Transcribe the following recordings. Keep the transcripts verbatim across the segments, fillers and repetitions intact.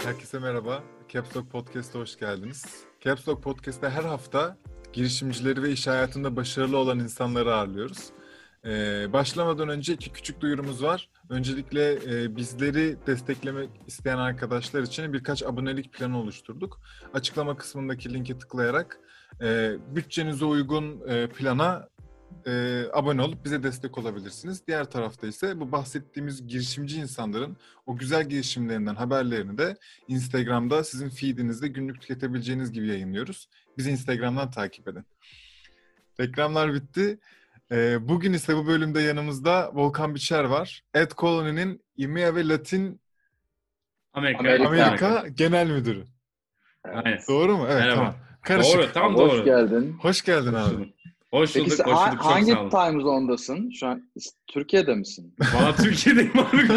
Herkese merhaba. Caps Lock Podcast'a hoş geldiniz. Caps Lock Podcast'te her hafta girişimcileri ve iş hayatında başarılı olan insanları ağırlıyoruz. Ee, başlamadan önce iki küçük duyurumuz var. Öncelikle e, bizleri desteklemek isteyen arkadaşlar için birkaç abonelik planı oluşturduk. Açıklama kısmındaki linke tıklayarak e, bütçenize uygun e, plana e, abone olup bize destek olabilirsiniz. Diğer tarafta ise bu bahsettiğimiz girişimci insanların o güzel girişimlerinden haberlerini de Instagram'da sizin feedinizde günlük tüketebileceğiniz gibi yayınlıyoruz. Bizi Instagram'dan takip edin. Reklamlar bitti. E, bugün ise bu bölümde yanımızda Volkan Biçer var. Ad Colony'nin İ M E A ve Latin Amerika, Amerika, Amerika. Genel Müdürü. Aynen. Doğru mu? Evet, Merhaba. tamam. Karışık. Doğru, tam Abi, doğru. hoş geldin. Hoş geldin Hoş abi. bulduk. Hoş Peki bulduk, sen hoş ha- bulduk. Çok hangi sağ olun. time zone'dasın? Şu an Türkiye'de misin? Valla Türkiye'deyim abi.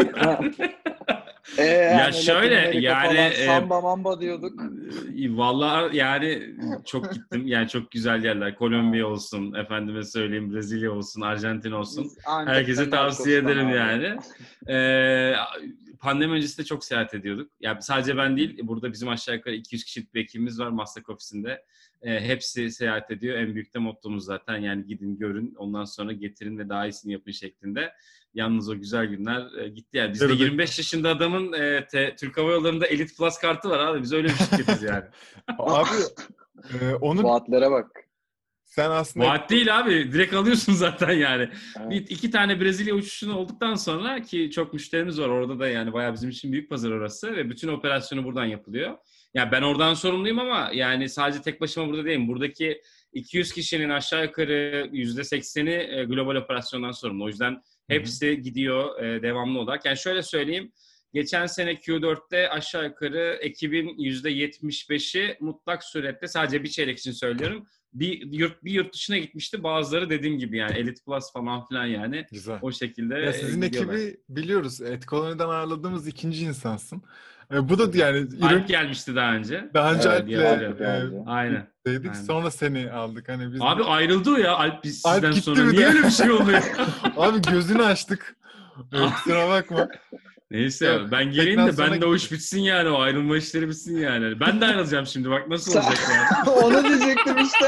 Ee, Ya hani şöyle, Latin Amerika yani, falan, e, samba mamba diyorduk. Valla yani çok gittim. Yani çok güzel yerler. Kolombiya olsun, efendime söyleyeyim Brezilya olsun, Arjantin olsun. Biz ancak Herkese senin tavsiye arkasından ederim abi. yani. Ee, pandemi öncesinde çok seyahat ediyorduk. Yani sadece ben değil, burada bizim aşağı yukarı iki yüz kişilik bir ekibimiz var Maslak ofisinde. Ee, hepsi seyahat ediyor. En büyük de mottomuz zaten yani gidin görün, ondan sonra getirin ve daha iyisini yapın şeklinde. Yalnız o güzel günler e, gitti yani. Bizde Yarıda- yirmi beş yaşında adamın e, te, Türk Hava Yolları'nda Elite Plus kartı var abi. Biz öyle bir şirketiz yani. Abi e, onu Vaatlere bak. sen aslında Vaat değil abi. Direkt alıyorsun zaten yani. Evet. Bir, iki tane Brezilya uçuşunu olduktan sonra ki çok müşterimiz var orada da yani bayağı bizim için büyük pazar orası ve bütün operasyonu buradan yapılıyor. Yani ben oradan sorumluyum ama yani sadece tek başıma burada değilim. Buradaki iki yüz kişinin aşağı yukarı yüzde sekseni e, global operasyondan sorumlu. O yüzden hepsi gidiyor e, devamlı olarak. Yani şöyle söyleyeyim. Geçen sene Q dörtte aşağı yukarı ekibin yüzde yetmiş beşi mutlak surette sadece bir çeyrek için söylüyorum. Bir yurt, bir yurt dışına gitmişti. Bazıları dediğim gibi yani Elite Plus falan filan yani. güzel. O şekilde Ya sizin gidiyorlar. ekibi biliyoruz. Et Koloni'den ağırladığımız ikinci insansın. E, bu da yani ironi- Alp gelmişti daha önce. daha önce Evet, Alp'le diye hatırlıyorum. e, geldi. Aynen. dedik. Aynen. Sonra seni aldık. Hani biz Abi ayrıldı o ya Alp biz Alp sizden gitti sonra. bir Niye de. öyle bir şey oluyor? abi gözünü açtık. E, kusura bakma. Neyse Yok, ben geleyim tekrar de ben sonra de o iş gitti. bitsin yani. O ayrılma işleri bitsin yani. Ben de ayrılacağım şimdi. Bak nasıl olacak yani. Onu diyecektim işte.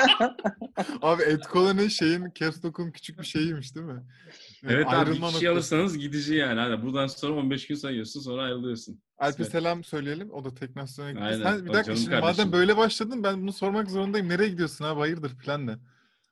Abi Et Koloni şeyin Caps Lock'un küçük bir şeyiymiş değil mi? E, Evet abi bir ayrılma kişi noktası. alırsanız gidici yani. Hadi buradan sonra on beş gün sayıyorsun sonra ayrılıyorsun. Alp'e Kısmet. selam söyleyelim. O da Teknosyon'a gitti. Aynen. Sen bir O dakika canım şimdi kardeşim. madem böyle başladın ben bunu sormak zorundayım. Nereye gidiyorsun abi? Hayırdır plan ne?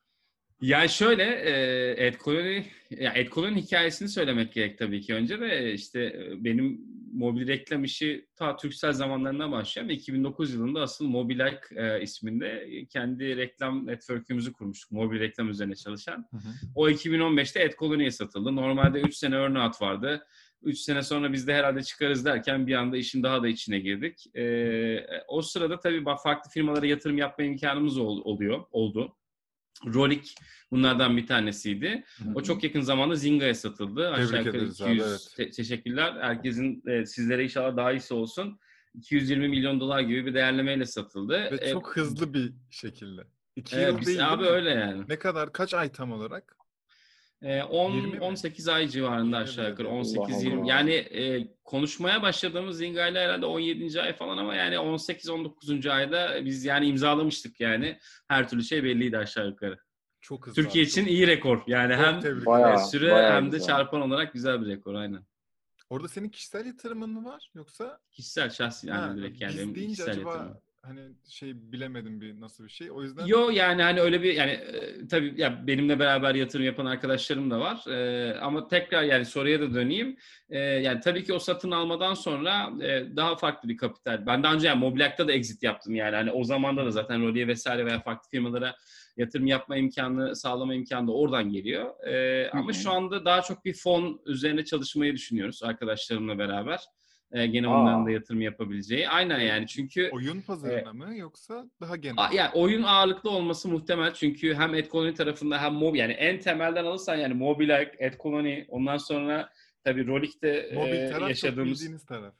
Ya şöyle, e, Ed Colony, ya Ed Colony'nin hikayesini söylemek gerek tabii ki önce de işte e, benim mobil reklam işi ta Turkcell zamanlarından başlayan ve iki bin dokuz yılında asıl Mobilike e, isminde kendi reklam network'ümüzü kurmuştuk. Mobil reklam üzerine çalışan. Hı hı. O iki bin on beşte Ed Colony'ye satıldı. Normalde üç sene earn-out vardı. üç sene sonra biz de herhalde çıkarız derken bir anda işin daha da içine girdik. E, o sırada tabii farklı firmalara yatırım yapma imkanımız ol, oluyor, oldu. Rolik bunlardan bir tanesiydi. O çok yakın zamanda Zynga'ya satıldı. Aşağı Tebrik yukarı ederiz iki yüz abi, evet. te- teşekkürler. Herkesin e, sizlere inşallah daha iyisi olsun. iki yüz yirmi milyon dolar gibi bir değerlemeyle satıldı. Ve E, çok hızlı bir şekilde. İki e, yıl biz, değil abi değil mi? öyle yani. Ne kadar? Kaç ay tam olarak? E, on yirmi mi? on sekiz ay civarında Yirmi aşağı bile yukarı değil. on sekiz yirmi. Allah. Yani e, konuşmaya başladığımız Zynga'yla herhalde on yedinci ay falan ama yani on sekiz on dokuzuncu ayda biz yani imzalamıştık yani. Her türlü şey belliydi aşağı yukarı. Çok hızlı. Türkiye abi, için çok- iyi rekor. Yani çok hem tebrik Bayağı. ederim. e, süre bayağı hem de güzel. çarpan olarak güzel bir rekor aynen. Orada senin kişisel yatırımın mı var yoksa? Kişisel şahsi yani Ha, direkt yani biz benim deyince kişisel acaba yatırımım. hani şey bilemedim bir nasıl bir şey. O yüzden Yo yani hani öyle bir yani e, tabii ya benimle beraber yatırım yapan arkadaşlarım da var. E, ama tekrar yani soruya da döneyim. E, yani tabii ki o satın almadan sonra e, daha farklı bir kapital. Ben daha önce yani Mobilac'ta da exit yaptım yani. Hani o zamanda da zaten Rolli'ye vesaire veya farklı firmalara yatırım yapma imkanı, sağlama imkanı da oradan geliyor. E, ama Hı hı. şu anda daha çok bir fon üzerine çalışmayı düşünüyoruz arkadaşlarımla beraber. E, gene Aa. onların da yatırım yapabileceği. Aynen yani çünkü oyun pazarına mı yoksa daha genel? A- yani oyun ağırlıklı olması muhtemel çünkü hem Ad Colony tarafında hem mobil yani en temelden alırsan yani Mobilike, Ad Colony ondan sonra tabii Rolik'te Mobil e, taraf çok yaşadığımız bildiğiniz taraf.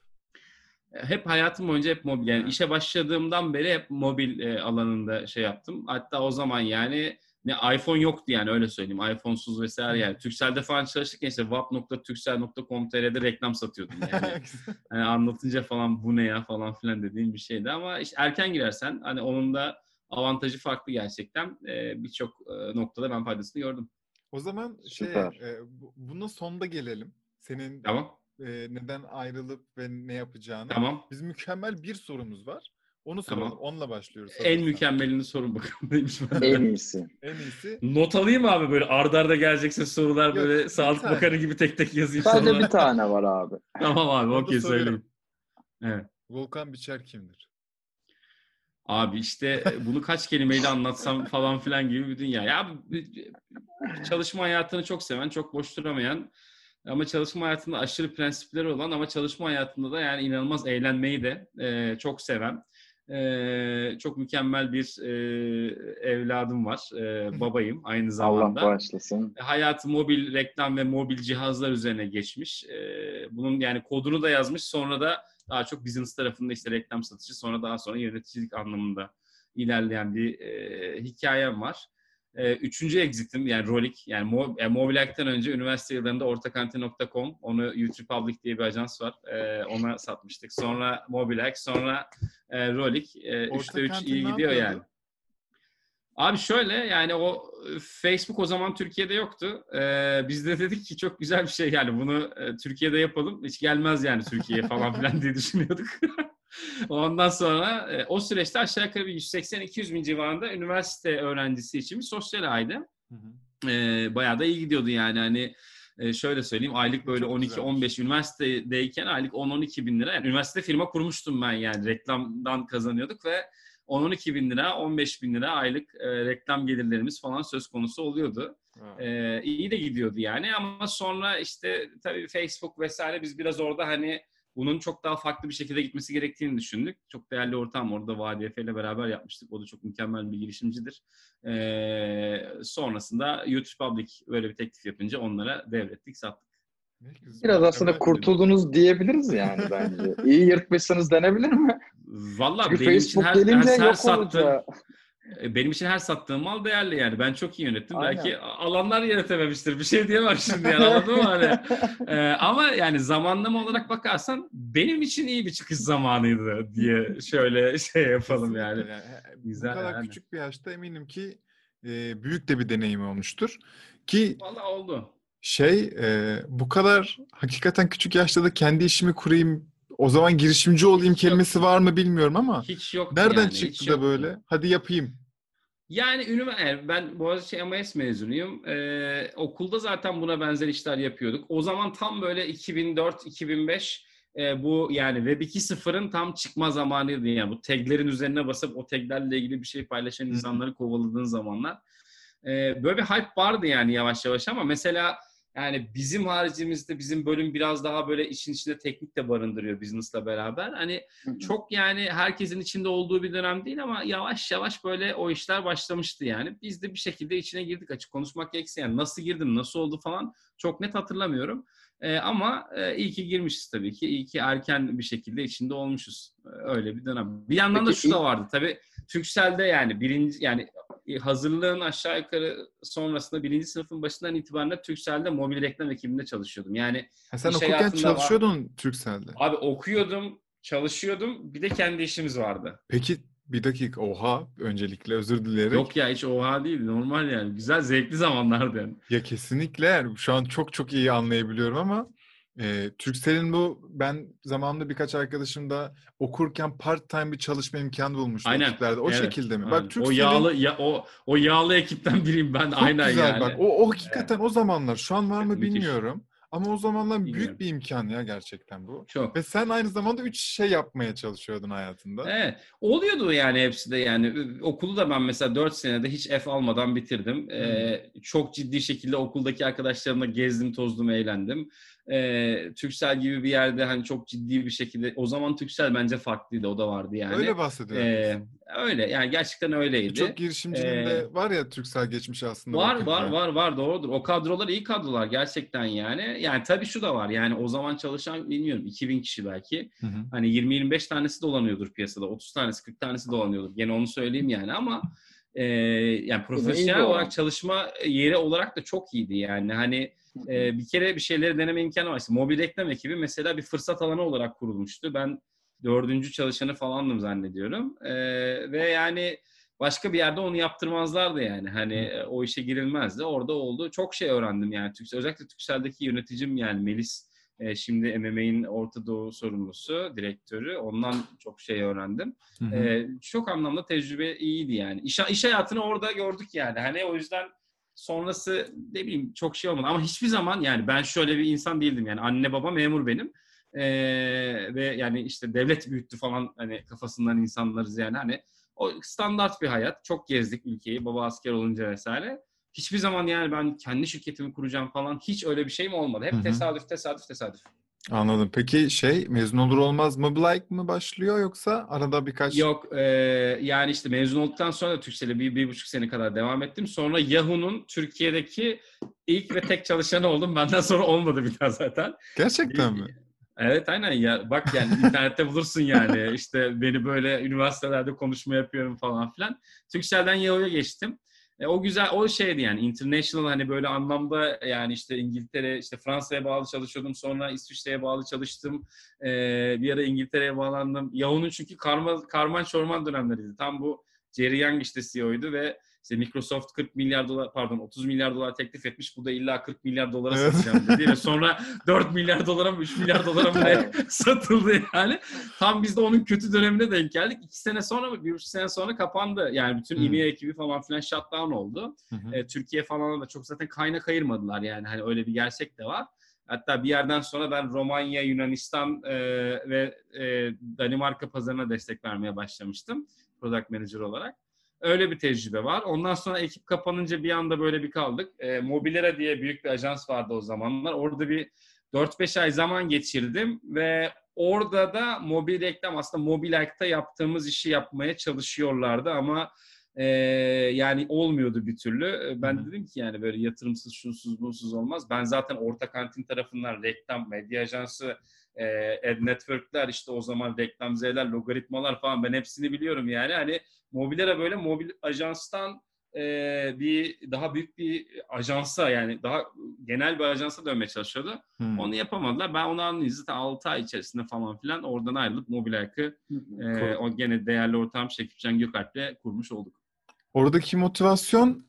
hep hayatım boyunca hep mobil yani Ha. işe başladığımdan beri hep mobil e, alanında şey yaptım. Hatta o zaman yani ne iPhone yoktu yani öyle söyleyeyim. iPhone'suz vesaire yani. Turkcell'de falan çalıştık neyse w a p nokta turkcell nokta com nokta t r'de reklam satıyordum yani. Yani anlatınca falan bu ne ya falan filan dediğim bir şeydi ama işte erken girersen hani onun da avantajı farklı gerçekten. Ee, birçok e, noktada ben faydasını gördüm. O zaman şey, Süper. e, bu- buna sonda gelelim. Senin Tamam. e, neden ayrılıp ve ne yapacağına. Tamam. Biz mükemmel bir sorumuz var. Onu soralım. Tamam. Onunla başlıyoruz En hazırsan. mükemmelini sorun bakalım neymiş En bende. iyisi. En iyisi. Not alayım mı abi böyle arda arda gelecekse sorular Yok, böyle bir Sağlık tane. Bakanı gibi tek tek yazayım Sadece sonra. bir tane var abi. Tamam abi Onu da okey soruyorum. söyleyeyim. Evet. Volkan Biçer kimdir? Abi işte bunu kaç kelimeyle anlatsam falan filan gibi bir dünya. Ya çalışma hayatını çok seven, çok boş duramayan ama çalışma hayatında aşırı prensipleri olan ama çalışma hayatında da yani inanılmaz eğlenmeyi de e, çok seven. E, çok mükemmel bir e, evladım var. E, babayım aynı Allah zamanda. bağışlasın. Hayatı mobil reklam ve mobil cihazlar üzerine geçmiş. Ee, bunun yani kodunu da yazmış. Sonra da daha çok business tarafında işte reklam satışı, sonra daha sonra yöneticilik anlamında ilerleyen bir e, hikayem var. E, üçüncü exit'im yani Rolik. Yani Mo- e, Mobilec'ten önce üniversite yıllarında ortakantin nokta com, onu YouTube Public diye bir ajans var. E, ona satmıştık. Sonra Mobilec, sonra e, Rolik. E, üçte üç Ortakantin iyi ne gidiyor yapıyordu? yani. Abi şöyle yani o Facebook o zaman Türkiye'de yoktu. Ee, biz de dedik ki çok güzel bir şey yani bunu e, Türkiye'de yapalım. Hiç gelmez yani Türkiye'ye falan filan diye düşünüyorduk. Ondan sonra e, o süreçte aşağı yukarı bir yüz seksen iki yüz bin civarında üniversite öğrencisi için bir sosyal aydı. Hı hı. Ee, bayağı da iyi gidiyordu yani hani e, şöyle söyleyeyim aylık böyle Çok on iki on beş güzelmiş. üniversitedeyken aylık on on iki bin lira yani üniversite firma kurmuştum ben yani reklamdan kazanıyorduk ve on on iki bin lira on beş bin lira aylık e, reklam gelirlerimiz falan söz konusu oluyordu. Ha. E, iyi de gidiyordu yani ama sonra işte tabii Facebook vesaire biz biraz orada hani bunun çok daha farklı bir şekilde gitmesi gerektiğini düşündük. Çok değerli ortağım orada Vadi Efe ile beraber yapmıştık. O da çok mükemmel bir girişimcidir. Ee, sonrasında YouTube Public böyle bir teklif yapınca onlara devrettik, sattık. Ne güzel. Biraz aslında Mükemmel bir- kurtuldunuz diyebiliriz yani bence. İyi yırtmışsınız denebilir mi? Valla Çünkü benim için Facebook her, gelince her, her yok sattığım olacağı. benim için her sattığım mal değerli yani. Ben çok iyi yönettim. Aynen. Belki alanlar yönetememiştir. Bir şey diyemem şimdi yani anladın mı hani? Ee, ama yani zamanlama olarak bakarsan benim için iyi bir çıkış zamanıydı diye şöyle şey yapalım Kesinlikle yani. yani. He- Bu Güzel kadar yani. küçük bir yaşta eminim ki e, büyük de bir deneyim olmuştur. Ki Valla oldu. şey e, bu kadar hakikaten küçük yaşta da kendi işimi kurayım, o zaman girişimci olayım Hiç yok. kelimesi var mı bilmiyorum ama Hiç yoktu nereden yani. çıktı Hiç da yoktu. böyle? Hadi yapayım. Yani üniversite, ben Boğaziçi M I S mezunuyum. Ee, okulda zaten buna benzer işler yapıyorduk. O zaman tam böyle iki bin dört iki bin beş e, bu yani Web iki nokta sıfırın tam çıkma zamanıydı. Yani bu taglerin üzerine basıp o taglerle ilgili bir şey paylaşan Hı. insanları kovaladığın zamanlar. Ee, böyle bir hype vardı yani yavaş yavaş ama mesela yani bizim haricimizde bizim bölüm biraz daha böyle işin içinde teknik de barındırıyor business'la beraber. Hani çok yani herkesin içinde olduğu bir dönem değil ama yavaş yavaş böyle o işler başlamıştı yani. Biz de bir şekilde içine girdik açık konuşmak gerekirse. Yani nasıl girdim, nasıl oldu falan çok net hatırlamıyorum. Ee, ama e, iyi ki girmişiz tabii ki. İyi ki erken bir şekilde içinde olmuşuz. Ee, öyle bir dönem. Bir yandan da Peki, şu da ilk- vardı tabii. Turkcell'de yani birinci yani hazırlığın aşağı yukarı sonrasında birinci sınıfın başından itibaren de Turkcell'de mobil reklam ekibinde çalışıyordum. Yani Ha, sen iş okurken hayatında var. çalışıyordun Turkcell'de. Abi okuyordum, çalışıyordum. Bir de kendi işimiz vardı. Peki bir dakika, oha, öncelikle özür dileyerek. Yok ya hiç oha değil. Normal yani. Güzel, zevkli zamanlardı yani. Ya kesinlikle yani şu an çok çok iyi anlayabiliyorum ama e, Turkcell'in bu, ben zamanında birkaç arkadaşım da okurken part-time bir çalışma imkanı bulmuştu Aynen. ekiplerde. O Evet. şekilde mi? Aynen. Bak O Turkcell'in yağlı ya, o o yağlı ekipten biriyim ben. çok Aynen güzel yani. bak. O, o hakikaten o zamanlar. Şu an var mı Müthiş. bilmiyorum. Ama o zamanlar Bilmiyorum. büyük bir imkan ya gerçekten bu. Çok. Ve sen aynı zamanda üç şey yapmaya çalışıyordun hayatında. Evet. Oluyordu yani hepsi de yani. Okulu da ben mesela dört senede hiç F almadan bitirdim. Ee, çok ciddi şekilde okuldaki arkadaşlarımla gezdim, tozdum, eğlendim. Ee, Turkcell gibi bir yerde hani çok ciddi bir şekilde, o zaman Turkcell bence farklıydı, o da vardı yani. Öyle bahsediyor Ee, herkes. öyle yani gerçekten öyleydi. Birçok girişimcinin Ee, de var ya Turkcell geçmişi aslında Var bakınca. var var var doğrudur. O kadrolar iyi kadrolar gerçekten yani. Yani tabii şu da var yani o zaman çalışan bilmiyorum iki bin kişi belki. Hı hı. Hani yirmi yirmi beş tanesi dolanıyordur piyasada. otuz tanesi kırk tanesi dolanıyordur. Gene onu söyleyeyim yani ama e, yani Yine iyi bir profesyonel oran. olarak çalışma yeri olarak da çok iyiydi yani. Hani e, bir kere bir şeyleri deneme imkanı var. İşte mobil reklam ekibi mesela bir fırsat alanı olarak kurulmuştu. Ben dördüncü çalışanı falandım zannediyorum. E, ve yani başka bir yerde onu yaptırmazlardı yani. Hani e, o işe girilmezdi. Orada oldu. Çok şey öğrendim yani. Türksel, özellikle Turkcell'deki yöneticim yani Melis, e, şimdi M M A'in Orta Doğu sorumlusu, direktörü. Ondan çok şey öğrendim. Hı hı. E, çok anlamda tecrübe iyiydi yani. İş, iş hayatını orada gördük yani. Hani o yüzden sonrası ne bileyim çok şey olmadı. Ama hiçbir zaman yani ben şöyle bir insan değildim yani. Anne baba memur benim. E, ve yani işte devlet büyüttü falan hani kafasından insanlarız yani. Hani o standart bir hayat. Çok gezdik ülkeyi. Baba asker olunca vesaire. Hiçbir zaman yani ben kendi şirketimi kuracağım falan hiç öyle bir şeyim olmadı. Hep Hı hı. tesadüf, tesadüf, tesadüf. Anladım. Peki şey mezun olur olmaz Mobileye mı başlıyor yoksa arada birkaç... Yok e, yani işte mezun olduktan sonra da Turkcell'e bir, bir buçuk sene kadar devam ettim. Sonra Yahoo'nun Türkiye'deki ilk ve tek çalışanı oldum. Benden sonra olmadı bir daha zaten. Gerçekten mi? Evet aynen ya bak yani internette bulursun yani işte beni böyle üniversitelerde konuşma yapıyorum falan filan. Turkcell'den Yahoo'ya geçtim. E, o güzel o şeydi yani international hani böyle anlamda yani işte İngiltere işte Fransa'ya bağlı çalışıyordum sonra İsviçre'ye bağlı çalıştım. E, bir ara İngiltere'ye bağlandım. Yahoo'nun çünkü karma, karman çorman dönemleriydi. Tam bu Jerry Yang işte C E O'ydu ve İşte Microsoft kırk milyar dolar pardon otuz milyar dolar teklif etmiş. Bu da illa kırk milyar dolara Evet. satacağım dedi. Ve sonra dört milyar dolara mı üç milyar dolara mı ne Evet. satıldı yani. Tam biz de onun kötü dönemine denk geldik. iki sene sonra mı bir buçuk sene sonra kapandı. Yani bütün Hmm. E M E A ekibi falan filan shutdown oldu. Hı hı. E, Türkiye falan da çok zaten kaynak ayırmadılar yani. Hani öyle bir gerçek de var. Hatta bir yerden sonra ben Romanya, Yunanistan e, ve e, Danimarka pazarına destek vermeye başlamıştım. Product Manager olarak. Öyle bir tecrübe var. Ondan sonra ekip kapanınca bir anda böyle bir kaldık. E, Mobilera diye büyük bir ajans vardı o zamanlar. Orada bir dört beş ay zaman geçirdim ve orada da mobil reklam aslında Mobileye'da yaptığımız işi yapmaya çalışıyorlardı ama e, yani olmuyordu bir türlü. Ben Hı hı. dedim ki yani böyle yatırımsız, şunsuz, bunsuz olmaz. Ben zaten orta kantin tarafından reklam, medya ajansı, e, ad network'ler işte o zaman reklam Z'ler, logaritmalar falan ben hepsini biliyorum yani. Hani Mobilera böyle mobil ajanstan e, bir daha büyük bir ajansa yani daha genel bir ajansa dönmeye çalışıyordu. Hmm. Onu yapamadılar. Ben onu anlayınca zaten altı ay içerisinde falan filan oradan ayrılıp Mobileye'ı e, o gene değerli ortağım Şekipcan Gökalp'le kurmuş olduk. Oradaki motivasyon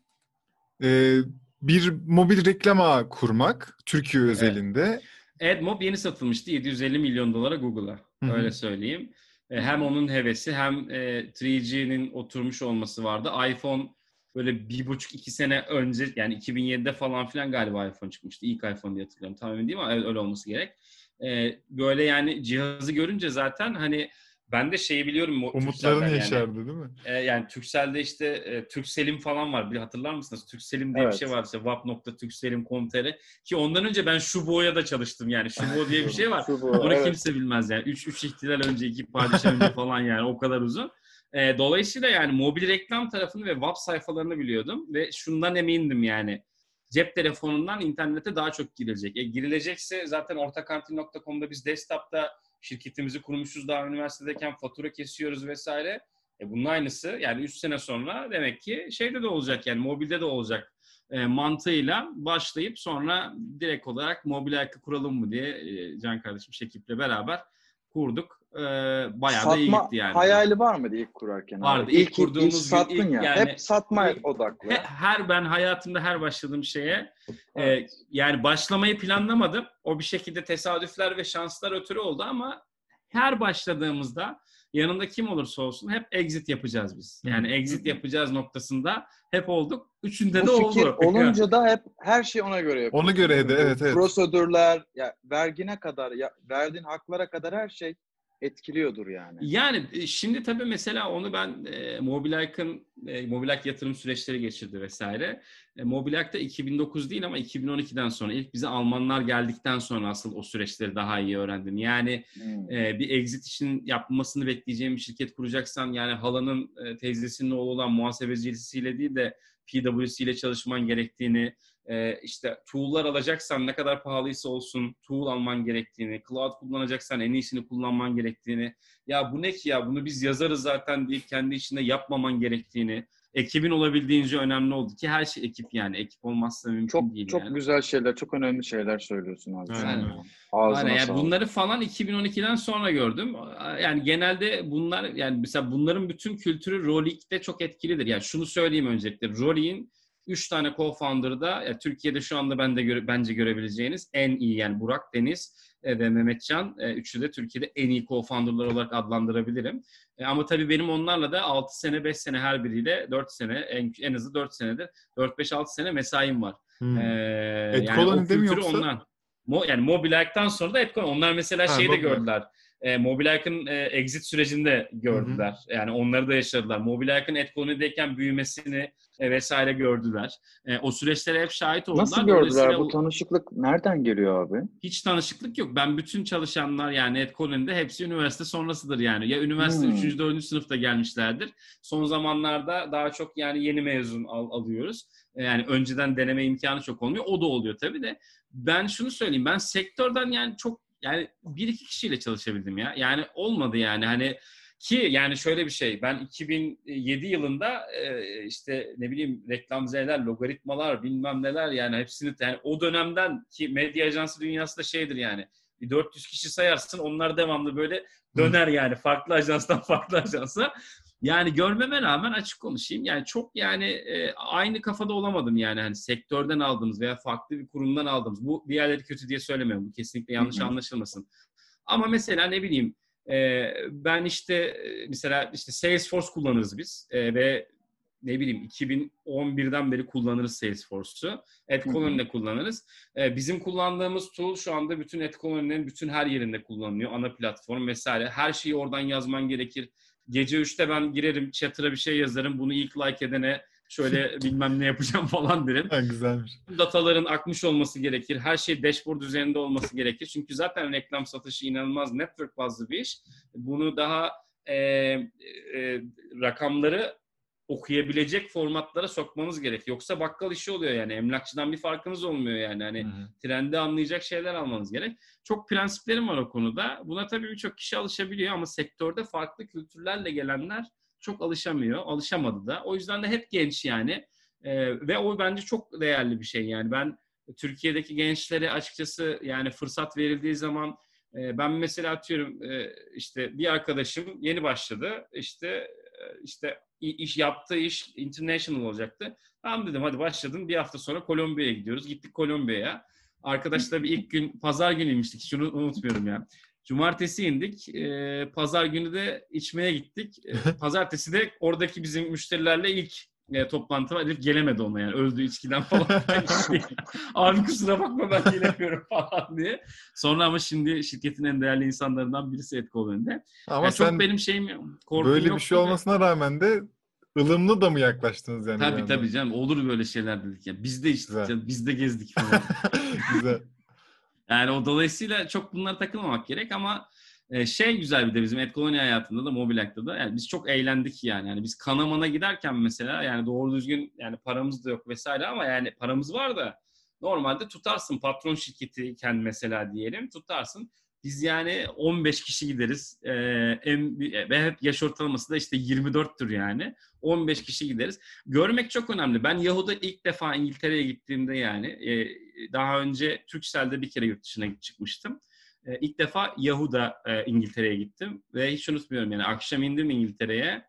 e, bir mobil reklam ağı kurmak Türkiye Evet. özelinde. AdMob yeni satılmıştı yedi yüz elli milyon dolara Google'a. Hı hı. Öyle söyleyeyim. E, hem onun hevesi hem e, üç G'nin oturmuş olması vardı. iPhone böyle bir buçuk iki sene önce yani iki bin yedide falan filan galiba iPhone çıkmıştı. İlk iPhone diye hatırlıyorum. Tam emin değilim ama evet, öyle olması gerek. E, böyle yani cihazı görünce zaten hani ben de şeyi biliyorum o Umutların Turkcell'den yani. yeşerdi değil mi? E, yani Turkcell'de işte e, Turkselim falan var. Bir hatırlar mısınız? Turkselim diye Evet. bir şey var. İşte wap nokta turkselim nokta com nokta tr ki ondan önce ben Şubo'ya da çalıştım yani. Şubo diye bir şey var. Şu bu, Onu evet. kimse bilmez yani. Üç, üç ihtilal önce, iki padişah önce falan yani. O kadar uzun. E, dolayısıyla yani mobil reklam tarafını ve web sayfalarını biliyordum. Ve şundan emindim yani. Cep telefonundan internete daha çok girilecek. E, girilecekse zaten ortakantin nokta com'da biz desktop'ta şirketimizi kurmuşuz daha üniversitedeyken fatura kesiyoruz vesaire. E bunun aynısı yani üç sene sonra demek ki şeyde de olacak yani mobilde de olacak e, mantığıyla başlayıp sonra direkt olarak Mobileye kuralım mı diye e, Can kardeşim Şekip'le beraber kurduk. E, bayağı da iyi Satma gitti yani. hayali var mıydı ilk kurarken? Vardı. Abi? İlk İlk, kurduğumuz ilk gün, sattın ilk ya. yani- Hep satma İlk- odaklı. He- Her ben hayatımda her başladığım şeye e, Evet. yani başlamayı planlamadım. O bir şekilde tesadüfler ve şanslar ötürü oldu ama her başladığımızda yanında kim olursa olsun hep exit yapacağız biz. Yani Hı. exit Hı hı. yapacağız noktasında hep olduk. Üçünde Bu de fikir oldu. olunca da hep her şey ona göre yapıyorsun. Ona göre değil mi? de, Bu evet, evet. Prosedürler, ya vergine kadar, ya verdiğin haklara kadar her şey etkiliyordur yani. Yani e, şimdi tabii mesela onu ben e, Mobileye'ın e, Mobileye yatırım süreçleri geçirdi vesaire. E, Mobileye'da iki bin dokuz değil ama iki bin on ikiden sonra ilk bize Almanlar geldikten sonra asıl o süreçleri daha iyi öğrendim. Yani Hmm. e, bir exit için yapmasını bekleyeceğim bir şirket kuracaksan yani halanın e, teyzesinin oğlu olan muhasebecisiyle değil de P W C ile çalışman gerektiğini, e, işte tool'lar alacaksan ne kadar pahalıysa olsun tool alman gerektiğini, cloud kullanacaksan en iyisini kullanman gerektiğini, ya bu ne ki ya bunu biz yazarız zaten deyip kendi içinde yapmaman gerektiğini, ekibin olabildiğince önemli oldu ki her şey ekip yani. Ekip olmazsa mümkün Çok değil çok yani. güzel şeyler, çok önemli şeyler söylüyorsun abi. Aynen Aynen. öyle. Ağzına Aynen yani sağlık. bunları falan iki bin on ikiden sonra gördüm. Yani genelde bunlar yani mesela bunların bütün kültürü Rolik'te çok etkilidir. Yani şunu söyleyeyim öncelikle. Rolik'in üç tane co-founder'ı da ya Türkiye'de şu anda ben de göre, bence görebileceğiniz en iyi yani Burak, Deniz e, ve Mehmetcan. E, üçü de Türkiye'de en iyi co-founder'lar olarak adlandırabilirim. E, ama tabii benim onlarla da altı sene, beş sene her biriyle dört sene en, en hızlı dört senedir dört beş altı sene mesaim var. Hmm. E, Ed yani o Colony'de mi kültürü yoksa? ondan. Mo, yani Mobilerk'tan sonra da Edcon. Onlar mesela Ha, şeyi de Mobilerk. gördüler. E, Mobilerk'ın e, exit sürecinde gördüler. Yani onları da yaşadılar. Mobilerk'ın Edcon'dayken büyümesini e, vesaire gördüler. E, o süreçlere hep şahit oldular. Nasıl gördüler? Dolayısıyla Bu o- tanışıklık nereden geliyor abi? hiç tanışıklık yok. Ben bütün çalışanlar yani Edcolony'de hepsi üniversite sonrasıdır yani. Ya üniversite Hmm. üçüncü dördüncü sınıfta gelmişlerdir. Son zamanlarda daha çok yani yeni mezun al- alıyoruz. E, Yani önceden deneme imkanı çok olmuyor. O da oluyor tabii de. Ben şunu söyleyeyim. Ben sektörden yani çok yani bir iki kişiyle çalışabildim ya. Yani olmadı yani hani ki yani şöyle bir şey. Ben iki bin yedi yılında e, işte ne bileyim reklamzeler, logaritmalar bilmem neler yani hepsini yani o dönemden ki medya ajansı dünyası da şeydir yani. Bir dört yüz kişi sayarsın onlar devamlı böyle döner yani farklı ajanstan farklı ajansa. Yani görmeme rağmen açık konuşayım. Yani çok yani e, aynı kafada olamadım yani hani sektörden aldığımız veya farklı bir kurumdan aldığımız. Bu diğerleri kötü diye söylemiyorum. Bu kesinlikle yanlış Hı hı. anlaşılmasın. Ama mesela ne bileyim e, ben işte e, mesela işte Salesforce kullanırız biz e, ve ne bileyim iki bin on birden beri kullanırız Salesforce'u. AdColony'de kullanırız. E, bizim kullandığımız tool şu anda bütün AdColony'nin bütün her yerinde kullanılıyor. Ana platform vesaire. Her şeyi oradan yazman gerekir. Gece üçte ben girerim, chatter'a bir şey yazarım. Bunu ilk like edene şöyle bilmem ne yapacağım falan derim. Ha, güzelmiş. Dataların akmış olması gerekir. Her şey dashboard üzerinde olması gerekir. Çünkü zaten reklam satışı inanılmaz network bazlı bir iş. Bunu daha e, e, rakamları okuyabilecek formatlara sokmamız gerek. Yoksa bakkal işi oluyor yani. Emlakçıdan bir farkınız olmuyor yani. Hani Hı-hı. trendi anlayacak şeyler almanız gerek. Çok prensiplerim var o konuda. Buna tabii birçok kişi alışabiliyor ama sektörde farklı kültürlerle gelenler çok alışamıyor. Alışamadı da. O yüzden de hep genç yani. Ee, ve o bence çok değerli bir şey yani. Ben Türkiye'deki gençlere açıkçası yani fırsat verildiği zaman e, ben mesela atıyorum e, işte bir arkadaşım yeni başladı. İşte e, işte iş yaptığı iş international olacaktı. Tamam dedim hadi başladın. Bir hafta sonra Kolombiya'ya gidiyoruz. Gittik Kolombiya'ya. Arkadaşlar bir ilk gün pazar günü inmiştik. Şunu unutmuyorum ya. Cumartesi indik. E, pazar günü de içmeye gittik. E, pazartesi de oradaki bizim müşterilerle ilk e, toplantı var. Elif gelemedi ona yani. Öldü içkiden falan. Abi kusura bakma ben gelemiyorum falan diye. Sonra ama şimdi şirketin en değerli insanlarından birisi Etko önünde. Ama Yani sen çok benim şeyim, korkum böyle bir yoktu şey ve- olmasına rağmen de ılımlı da mı yaklaştınız yani? bir Tabii yandan? tabii canım. Olur böyle şeyler dedik ya. Biz de içtik Güzel. canım. Biz de gezdik falan. Güzel. Yani o dolayısıyla çok bunlara takılmamak gerek ama e, şey güzel bir de bizim Etkolony hayatında da Mobilak'ta da yani biz çok eğlendik yani. Yani biz Kanaman'a giderken mesela yani doğru düzgün yani paramız da yok vesaire ama yani paramız var da normalde tutarsın patron şirketiyken mesela diyelim tutarsın. Biz yani on beş kişi gideriz. Ee, en, ve hep yaş ortalaması da işte yirmi dörttür yani. on beş kişi gideriz. Görmek çok önemli. Ben Yahoo'da ilk defa İngiltere'ye gittiğimde yani e, daha önce Turkcell'de bir kere yurt dışına çıkmıştım. E, ilk defa Yahoo'da e, İngiltere'ye gittim ve hiç unutmuyorum yani akşam indim İngiltere'ye.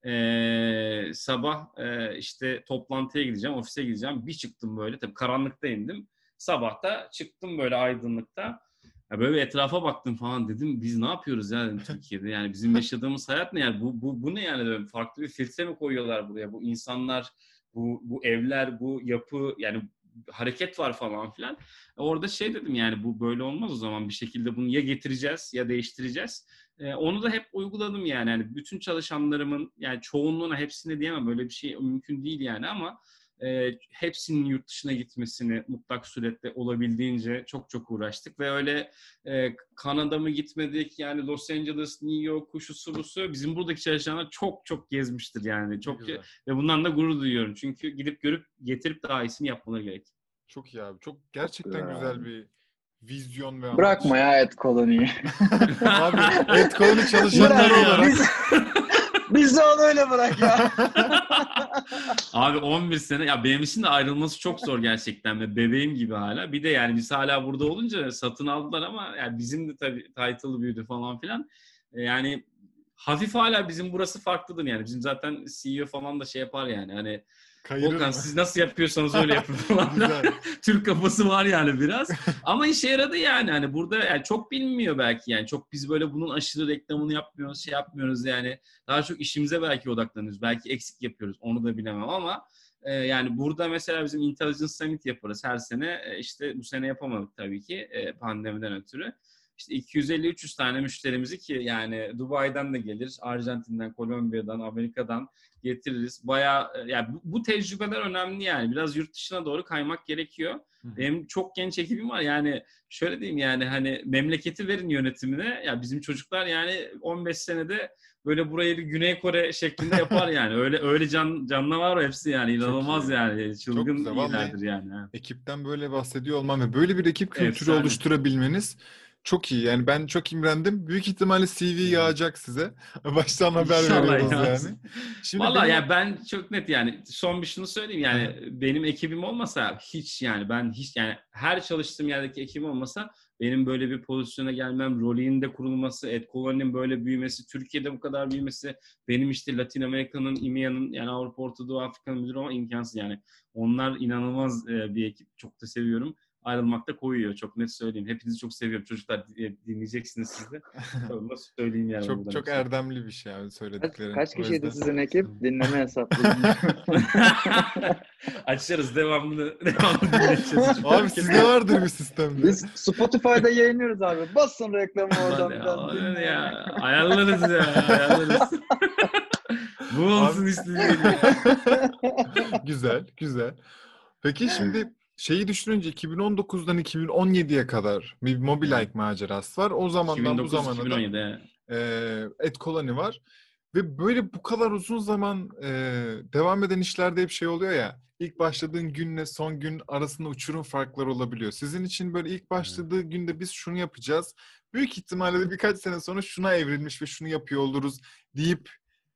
E, sabah e, işte toplantıya gideceğim, ofise gideceğim. Bir çıktım böyle tabii karanlıkta indim. Sabah da çıktım böyle aydınlıkta. Ya böyle etrafa baktım falan dedim biz ne yapıyoruz ya dedim Türkiye'de yani bizim yaşadığımız hayat ne yani bu bu bu ne yani dedim. Farklı bir filtre mi koyuyorlar buraya bu insanlar bu bu evler bu yapı yani hareket var falan filan. Orada şey dedim yani bu böyle olmaz o zaman bir şekilde bunu ya getireceğiz ya değiştireceğiz. Ee, onu da hep uyguladım yani. yani bütün çalışanlarımın yani çoğunluğuna hepsine diyemem böyle bir şey mümkün değil yani ama e, hepsinin yurt dışına gitmesini mutlak suretle olabildiğince çok çok uğraştık ve öyle e, Kanada mı gitmedik yani Los Angeles, New York, kuşusu busu bizim buradaki çalışanlar çok çok gezmiştir yani çok Güzel. ve bundan da gurur duyuyorum çünkü gidip görüp getirip daha iyisini yapmaları gerek. Çok iyi abi. Çok gerçekten güzel güzel abi. bir vizyon ve amaç. Bırakma ya et koloniyi. Abi Etkolony çalışanları Bırak ya, olarak biz- Biz de onu öyle bırak ya. Abi on bir sene ya benim için de ayrılması çok zor gerçekten ve bebeğim gibi hala. Bir de yani biz hala burada olunca satın aldılar ama yani bizim de tabii title büyüdü falan filan. E, Yani hafif hala bizim burası farklıdır yani. Bizim zaten C E O falan da şey yapar yani. Hani Kayırır Volkan mı? siz nasıl yapıyorsanız öyle yapın falan. Güzel. Türk kafası var yani biraz. Ama işe yaradı yani. Hani burada yani çok bilinmiyor belki yani. Çok biz böyle bunun aşırı reklamını yapmıyoruz, şey yapmıyoruz yani. Daha çok işimize belki odaklanıyoruz. Belki eksik yapıyoruz. Onu da bilemem ama e, yani burada mesela bizim Intelligence Summit yaparız her sene. E, işte bu sene yapamadık tabii ki e, pandemiden ötürü. İşte iki yüz elli üç yüz tane müşterimizi ki yani Dubai'den de gelir, Arjantin'den, Kolombiya'dan, Amerika'dan getiririz. Bayağı yani bu, bu tecrübeler önemli yani. Biraz yurt dışına doğru kaymak gerekiyor. Hı. Benim çok genç ekibim var. Yani şöyle diyeyim yani hani memleketi verin yönetimine. Ya bizim çocuklar yani on beş senede böyle burayı bir Güney Kore şeklinde yapar yani. Öyle öyle can canavar hepsi yani. İnanılmaz iyi. yani. Çılgın güzel. Vallahi iyilerdir yani. Ha. ekipten böyle bahsediyor olmam ve böyle bir ekip kültürü Efsane. oluşturabilmeniz çok iyi. Yani ben çok imrendim. Büyük ihtimalle C V yağacak size. Baştan haber İnşallah veriyoruz ya. yani. Şimdi Valla benim yani ben çok net yani son bir şunu söyleyeyim yani benim ekibim olmasa hiç yani ben hiç yani her çalıştığım yerdeki ekibim olmasa benim böyle bir pozisyona gelmem, rolünün de kurulması, Ed Colony'nin böyle büyümesi, Türkiye'de bu kadar büyümesi, benim işte Latin Amerika'nın, E M E A'nın yani Avrupa, Orta Doğu, Afrika'nın müdürü ama imkansız yani. Onlar inanılmaz bir ekip. Çok da seviyorum. Ayrılmakta koyuyor. Çok net söyleyeyim. Hepinizi çok seviyorum. Çocuklar dinleyeceksiniz siz de. Onu söyleyeyim yani. çok çok hepsine. erdemli bir şey abi Kaç, söylediklerin. kaç O kişiydi yüzden sizin ekip? Dinleme hesaplı. Açarız devamlı devamlı dinleteceğiz. abi sizde vardır bir sistemde. Biz Spotify'da yayınlıyoruz abi. Basın reklamı oradan Hadi biraz ya, dinle. ya, ayarlarız ya ayarlarız. Bu olsun Abi- istediğim. Güzel, güzel. Peki şimdi şeyi düşününce iki bin on dokuzdan iki bin on yediye kadar bir Mobilike macerası var. O zamandan bu zamana da iki bin dokuz iki bin on yedi. e, Ed Colony var. Ve böyle bu kadar uzun zaman e, devam eden işlerde hep şey oluyor ya. İlk başladığın günle son gün arasında uçurum farkları olabiliyor. Sizin için böyle ilk başladığı günde biz şunu yapacağız. Büyük ihtimalle de birkaç sene sonra şuna evrilmiş ve şunu yapıyor oluruz deyip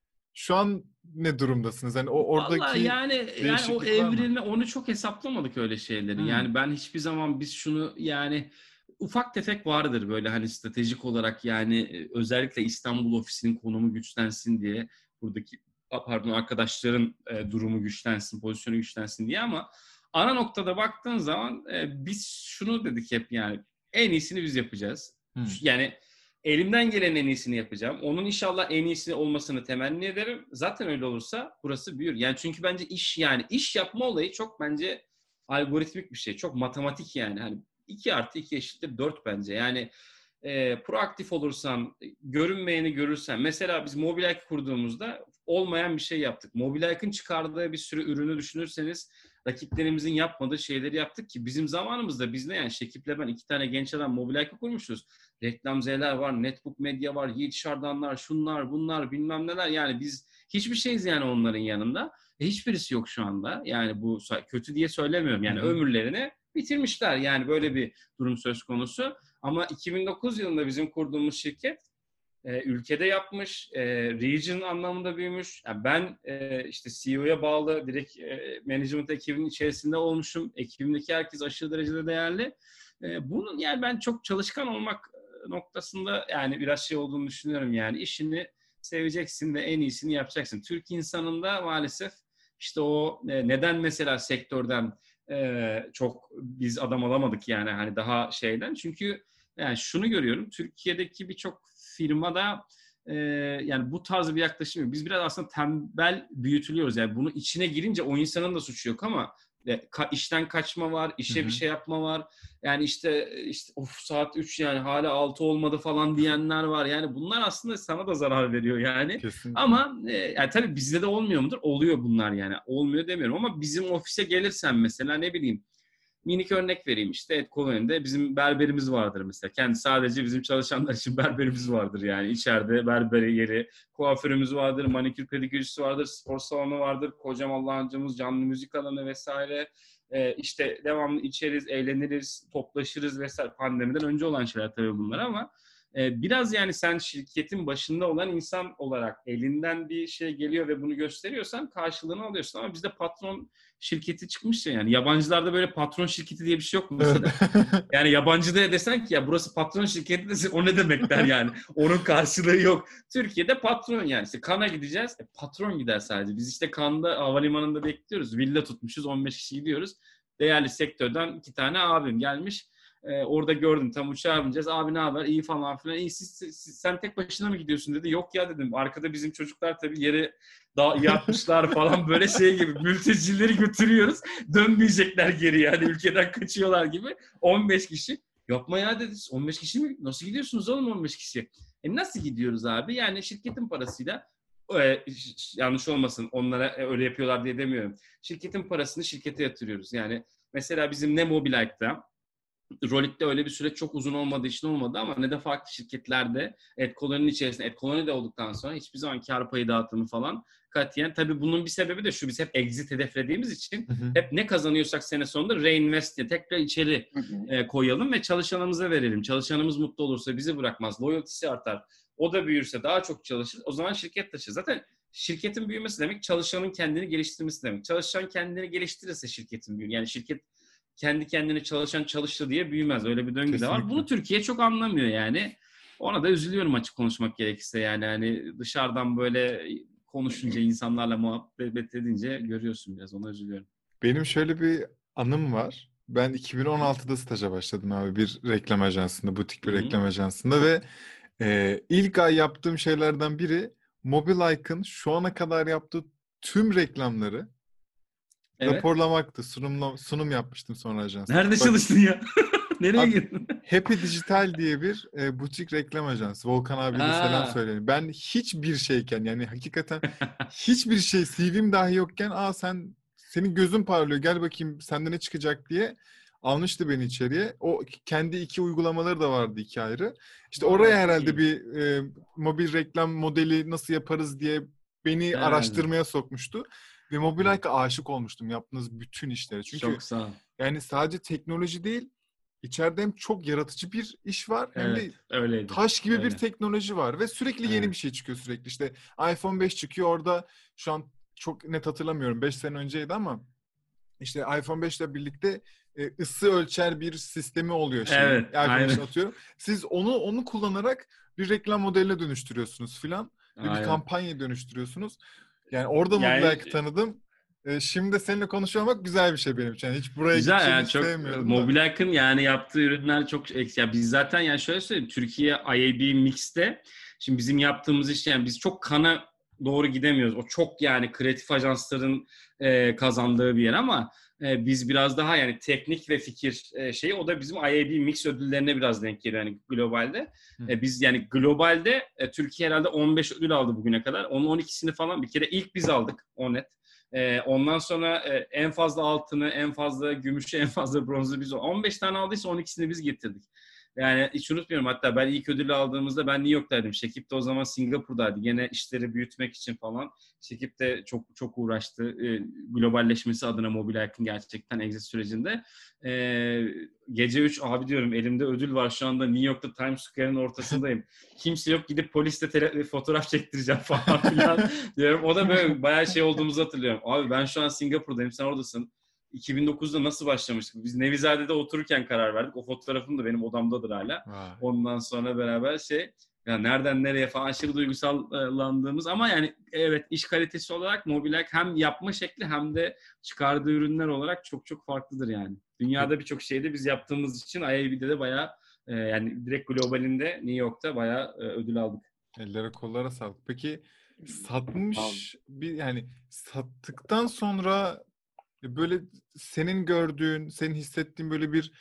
şu an ne durumdasınız? Hani o Vallahi oradaki yani yani o değişiklik var mı? evrilme onu çok hesaplamadık öyle şeyleri. Hmm. Yani ben hiçbir zaman biz şunu yani ufak tefek vardır böyle hani stratejik olarak yani e, özellikle İstanbul ofisinin konumu güçlensin diye buradaki a, pardon arkadaşların e, durumu güçlensin, pozisyonu güçlensin diye ama ana noktada baktığın zaman e, biz şunu dedik hep yani en iyisini biz yapacağız. Hmm. Yani elimden gelen en iyisini yapacağım. Onun inşallah en iyisi olmasını temenni ederim. Zaten öyle olursa burası büyür. Yani çünkü bence iş yani iş yapma olayı çok bence algoritmik bir şey. Çok matematik yani. Hani iki artı iki eşittir dört bence. Yani e, proaktif olursan, görünmeyeni görürsen. Mesela biz Mobilike kurduğumuzda olmayan bir şey yaptık. Mobilike'ın çıkardığı bir sürü ürünü düşünürseniz rakiplerimizin yapmadığı şeyleri yaptık ki bizim zamanımızda biz ne yani Şekip'le ben iki tane genç adam Mobilike'ı kurmuşuz. Reklam Z'ler var, Netbook Medya var, Yiğit Şardanlar, şunlar, bunlar, bilmem neler. Yani biz hiçbir şeyiz yani onların yanında. E, hiçbirisi yok şu anda. Yani bu kötü diye söylemiyorum. Yani Hı hı. ömürlerini bitirmişler. Yani böyle bir durum söz konusu. Ama iki bin dokuz yılında bizim kurduğumuz şirket e, ülkede yapmış, e, region anlamında büyümüş. Yani ben e, işte C E O'ya bağlı direkt e, management ekibinin içerisinde olmuşum. Ekibimdeki herkes aşırı derecede değerli. E, bunun yani ben çok çalışkan olmak noktasında yani biraz şey olduğunu düşünüyorum yani işini seveceksin ve en iyisini yapacaksın. Türk insanında maalesef işte o e, neden mesela sektörden e, çok biz adam alamadık yani hani daha şeyden çünkü yani şunu görüyorum Türkiye'deki birçok firmada e, yani bu tarz bir yaklaşım yok. Biz biraz aslında tembel büyütülüyoruz yani bunu içine girince o insanın da suçu yok ama Ka- işten kaçma var, işe Hı hı. bir şey yapma var. Yani işte işte of saat üç yani hala altı olmadı falan diyenler var. Yani bunlar aslında sana da zarar veriyor yani. Kesinlikle. Ama e, yani tabii bizde de olmuyor mudur? Oluyor bunlar yani. Olmuyor demiyorum ama bizim ofise gelirsen mesela ne bileyim minik örnek vereyim işte Ed Colony'de bizim berberimiz vardır mesela. Kendi sadece bizim çalışanlar için berberimiz vardır yani. İçeride berber yeri, kuaförümüz vardır, manikür pedikürcüsü vardır, spor salonu vardır, kocam Allah'ıncımız, canlı müzik alanı vesaire. Ee, işte devamlı içeriz, eğleniriz, toplaşırız vesaire. Pandemiden önce olan şeyler tabii bunlar ama e, biraz yani sen şirketin başında olan insan olarak elinden bir şey geliyor ve bunu gösteriyorsan karşılığını alıyorsun. Ama bizde patron şirketi çıkmış ya, yani yabancılarda böyle patron şirketi diye bir şey yok mesela. Yani yabancı da desen ki ya burası patron şirketi desin, o ne demek der yani. Onun karşılığı yok. Türkiye'de patron, yani işte Cannes'a gideceğiz. E, patron gider sadece. Biz işte Cannes'da havalimanında bekliyoruz. Villa tutmuşuz, on beş kişi gidiyoruz. Değerli sektörden iki tane abim gelmiş. Ee, orada gördüm, tam uçağa bineceğiz. Abi ne haber? İyi falan filan. İyi, siz, siz- sen tek başına mı gidiyorsun dedi. Yok ya dedim. Arkada bizim çocuklar tabii yere da yatmışlar falan, böyle şey gibi. Mültecileri götürüyoruz. Dönmeyecekler geri, yani ülkeden kaçıyorlar gibi. on beş kişi. Yapma ya dedi. on beş kişi mi? Nasıl gidiyorsunuz oğlum on beş kişi? E nasıl gidiyoruz abi? Yani şirketin parasıyla, e, yanlış olmasın, onlara öyle yapıyorlar diye demiyorum. Şirketin parasını şirkete yatırıyoruz. Yani mesela bizim ne Mobileye'da, Rolik'te öyle bir süreç çok uzun olmadığı için olmadı ama ne de farklı şirketlerde AdColony'nin içerisinde, AdColony'de olduktan sonra hiçbir zaman kar payı dağıtımı falan katiyen. Tabii bunun bir sebebi de şu: biz hep exit hedeflediğimiz için hep ne kazanıyorsak sene sonunda reinvest diye tekrar içeri e, koyalım ve çalışanımıza verelim. Çalışanımız mutlu olursa bizi bırakmaz, loyalty'si artar. O da büyürse daha çok çalışır. O zaman şirket taşır. Zaten şirketin büyümesi demek çalışanın kendini geliştirmesi demek. Çalışan kendini geliştirirse şirketin büyür. Yani şirket kendi kendine çalışan çalıştı diye büyümez. Öyle bir döngü de var. Kesinlikle. Bunu Türkiye çok anlamıyor yani. Ona da üzülüyorum açık konuşmak gerekirse. Yani hani dışarıdan böyle konuşunca, insanlarla muhabbet edince görüyorsun, biraz ona üzülüyorum. Benim şöyle bir anım var. Ben iki bin on altıda staja başladım abi bir reklam ajansında, butik bir Hı hı. reklam ajansında ve e, ilk ay yaptığım şeylerden biri Mobileye'ın şu ana kadar yaptığı tüm reklamları Evet. raporlamaktı. Sunumla, sunum yapmıştım sonra ajansta. Nerede Bak, çalıştın ya? Nereye abi, girdin? Happy Digital diye bir e, butik reklam ajansı. Volkan abiye de selam Aa. söyleyin. Ben hiçbir şeyken, yani hakikaten hiçbir şey, C V'm dahi yokken, aa sen senin gözün parlıyor, gel bakayım sende ne çıkacak diye almıştı beni içeriye. O kendi iki uygulamaları da vardı, iki ayrı. İşte Aa, oraya çok herhalde iyi. bir e, mobil reklam modeli nasıl yaparız diye beni Herhalde. araştırmaya sokmuştu. Ve Mobileye'a aşık olmuştum yaptığınız bütün işlere. Çünkü Çok sağ ol. yani sadece teknoloji değil, içeride hem çok yaratıcı bir iş var hem de Evet, öyleydi. taş gibi bir Öyle. teknoloji var ve sürekli yeni Evet. bir şey çıkıyor sürekli. İşte iPhone beş çıkıyor orada, şu an çok net hatırlamıyorum, beş sene önceydi ama işte iPhone beş ile birlikte e, ısı ölçer bir sistemi oluyor şeyin. Evet, iPhone beşi aynen. atıyorum. Siz onu onu kullanarak bir reklam modeline dönüştürüyorsunuz filan ve bir Aynen. kampanya dönüştürüyorsunuz. Yani orada Yani Mobileye'ı tanıdım. E, şimdi de seninle konuşuyor olmak güzel bir şey benim için. Yani hiç buraya güzel gideceğimi yani, hiç çok sevmiyordum da. Mobileye'ın yani yaptığı ürünler çok eksik. Ya biz zaten yani şöyle söyleyeyim, Türkiye I A B Mix'te şimdi bizim yaptığımız iş, yani biz çok kana doğru gidemiyoruz. O çok yani kreatif ajansların e, kazandığı bir yer ama e, biz biraz daha yani teknik ve fikir e, şeyi, o da bizim I A B Mix ödüllerine biraz denk geliyor yani globalde. E, biz yani globalde e, Türkiye herhalde on beş ödül aldı bugüne kadar. Onun on ikisini falan bir kere ilk biz aldık, o net. Ee, ondan sonra e, en fazla altını, en fazla gümüşü, en fazla bronzu biz. on beş tane aldıysa on ikisini biz getirdik. Yani hiç unutmuyorum, hatta ben ilk ödülü aldığımızda ben New York'taydım. Şekip de o zaman Singapur'daydı. Gene işleri büyütmek için falan. Şekip de çok çok uğraştı. E, globalleşmesi adına Mobileye'ın gerçekten exit sürecinde. E, gece üç abi diyorum, elimde ödül var şu anda, New York'ta Times Square'ın ortasındayım. Kimse yok, gidip polisle tele- fotoğraf çektireceğim falan filan diyorum. O da böyle bayağı şey olduğumuzu hatırlıyorum. Abi ben şu an Singapur'dayım, sen oradasın. iki bin dokuzda nasıl başlamıştık? Biz Nevizade'de otururken karar verdik. O fotoğrafım da benim odamdadır hala. Vay. Ondan sonra beraber şey, ya nereden nereye falan aşırı duygusallandığımız, ama yani evet, iş kalitesi olarak Mobileye hem yapma şekli hem de çıkardığı ürünler olarak çok çok farklıdır yani. Dünyada birçok şeyde biz yaptığımız için I A B'de de bayağı e, yani direkt globalinde New York'ta bayağı e, ödül aldık. Ellere kollara sağlık. Peki satmış bir, yani sattıktan sonra böyle senin gördüğün, senin hissettiğin böyle bir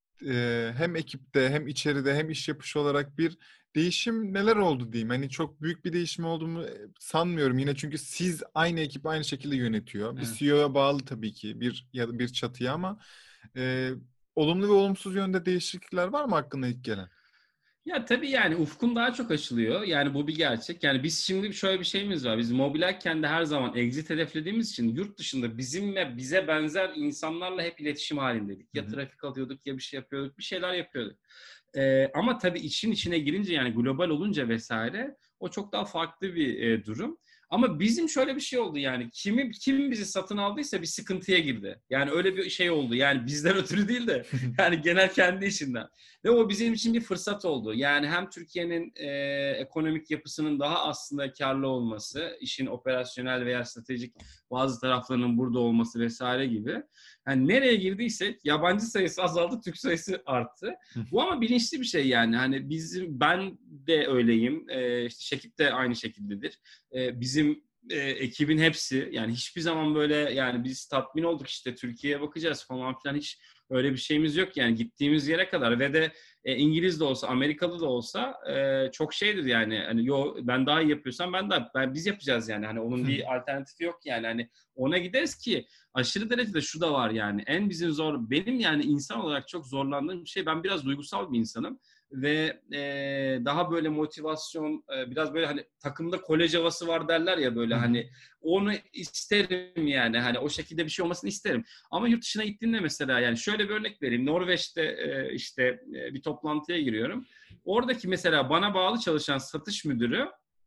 e, hem ekipte hem içeride hem iş yapışı olarak bir değişim neler oldu diyeyim. Hani çok büyük bir değişim olduğunu sanmıyorum yine, çünkü siz aynı ekip aynı şekilde yönetiyor. Bir Evet. C E O'ya bağlı tabii ki bir ya da bir çatıya, ama e, olumlu ve olumsuz yönde değişiklikler var mı aklına ilk gelen? Ya tabii yani ufkun daha çok açılıyor. Yani bu bir gerçek. Yani biz şimdi şöyle bir şeyimiz var. Biz Mobilerken de her zaman exit hedeflediğimiz için yurt dışında bizimle bize benzer insanlarla hep iletişim halindeydik. Hı Ya hı. trafik alıyorduk ya bir şey yapıyorduk. Bir şeyler yapıyorduk. Ee, ama tabii için içine girince yani global olunca vesaire o çok daha farklı bir e, durum. Ama bizim şöyle bir şey oldu yani kimi kim bizi satın aldıysa bir sıkıntıya girdi. Yani öyle bir şey oldu. Yani bizden ötürü değil de yani genel kendi işinden. Ve o bizim için bir fırsat oldu. Yani hem Türkiye'nin e, ekonomik yapısının daha aslında karlı olması, işin operasyonel veya stratejik bazı taraflarının burada olması vesaire gibi. Yani nereye girdiysek yabancı sayısı azaldı, Türk sayısı arttı. Bu ama bilinçli bir şey yani. Hani bizim, ben de öyleyim. E, işte Şekip de aynı şekildedir. E, bizim e, ekibin hepsi yani hiçbir zaman böyle yani biz tatmin olduk işte Türkiye'ye bakacağız falan filan hiç öyle bir şeyimiz yok yani gittiğimiz yere kadar ve de e, İngiliz de olsa Amerikalı da olsa e, çok şeydir yani hani yo ben daha iyi yapıyorsam ben daha ben biz yapacağız yani hani onun bir alternatifi yok yani hani ona gideriz ki aşırı derecede şu da var yani en bizim zor benim yani insan olarak çok zorlandığım şey ben biraz duygusal bir insanım. Ve e, daha böyle motivasyon e, biraz böyle hani takımda kolej havası var derler ya böyle hani onu isterim yani hani o şekilde bir şey olmasını isterim. Ama yurt dışına gittiğinde mesela yani şöyle bir örnek vereyim. Norveç'te e, işte e, bir toplantıya giriyorum. Oradaki mesela bana bağlı çalışan satış müdürü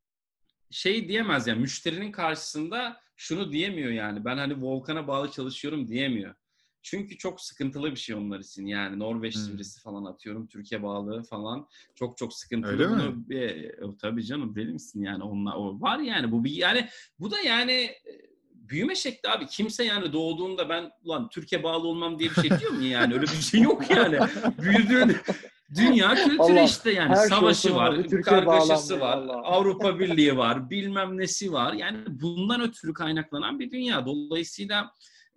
şey diyemez yani müşterinin karşısında şunu diyemiyor yani ben hani Volkan'a bağlı çalışıyorum diyemiyor. Çünkü çok sıkıntılı bir şey onlar için yani Norveç Hmm. simgesi falan atıyorum Türkiye bağlı falan çok çok Öyle sıkıntılı mi? bunu e, tabii canım deli misin yani onlar o var yani bu bir yani bu da yani e, büyüme şekli abi kimse yani doğduğunda ben ulan Türkiye bağlı olmam diye bir şey diyor mu yani öyle bir şey yok yani büyüdüğün dünya kültürü Allah işte yani her şey olsun savaşı ama var, bir Türkiye kargaşası bağlanmıyor var, Allah. Avrupa Birliği var, bilmem nesi var. Yani bundan ötürü kaynaklanan bir dünya. Dolayısıyla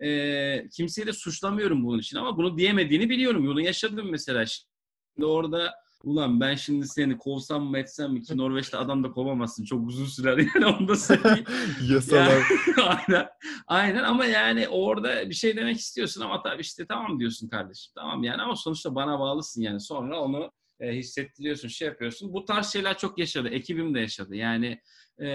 e, kimseyi de suçlamıyorum bunun için ama bunu diyemediğini biliyorum. Bunu yaşadım mesela. Şimdi orada ulan ben şimdi seni kovsam mı etsem mi ki Norveç'te adam da kovamazsın. Çok uzun sürer yani onu da söyleyeyim. Ya, Yasalar. aynen. Aynen ama yani orada bir şey demek istiyorsun ama tabii işte tamam diyorsun kardeşim. Tamam yani ama sonuçta bana bağlısın yani. Sonra onu e, hissettiriyorsun, şey yapıyorsun. Bu tarz şeyler çok yaşadı. Ekibim de yaşadı. Yani e,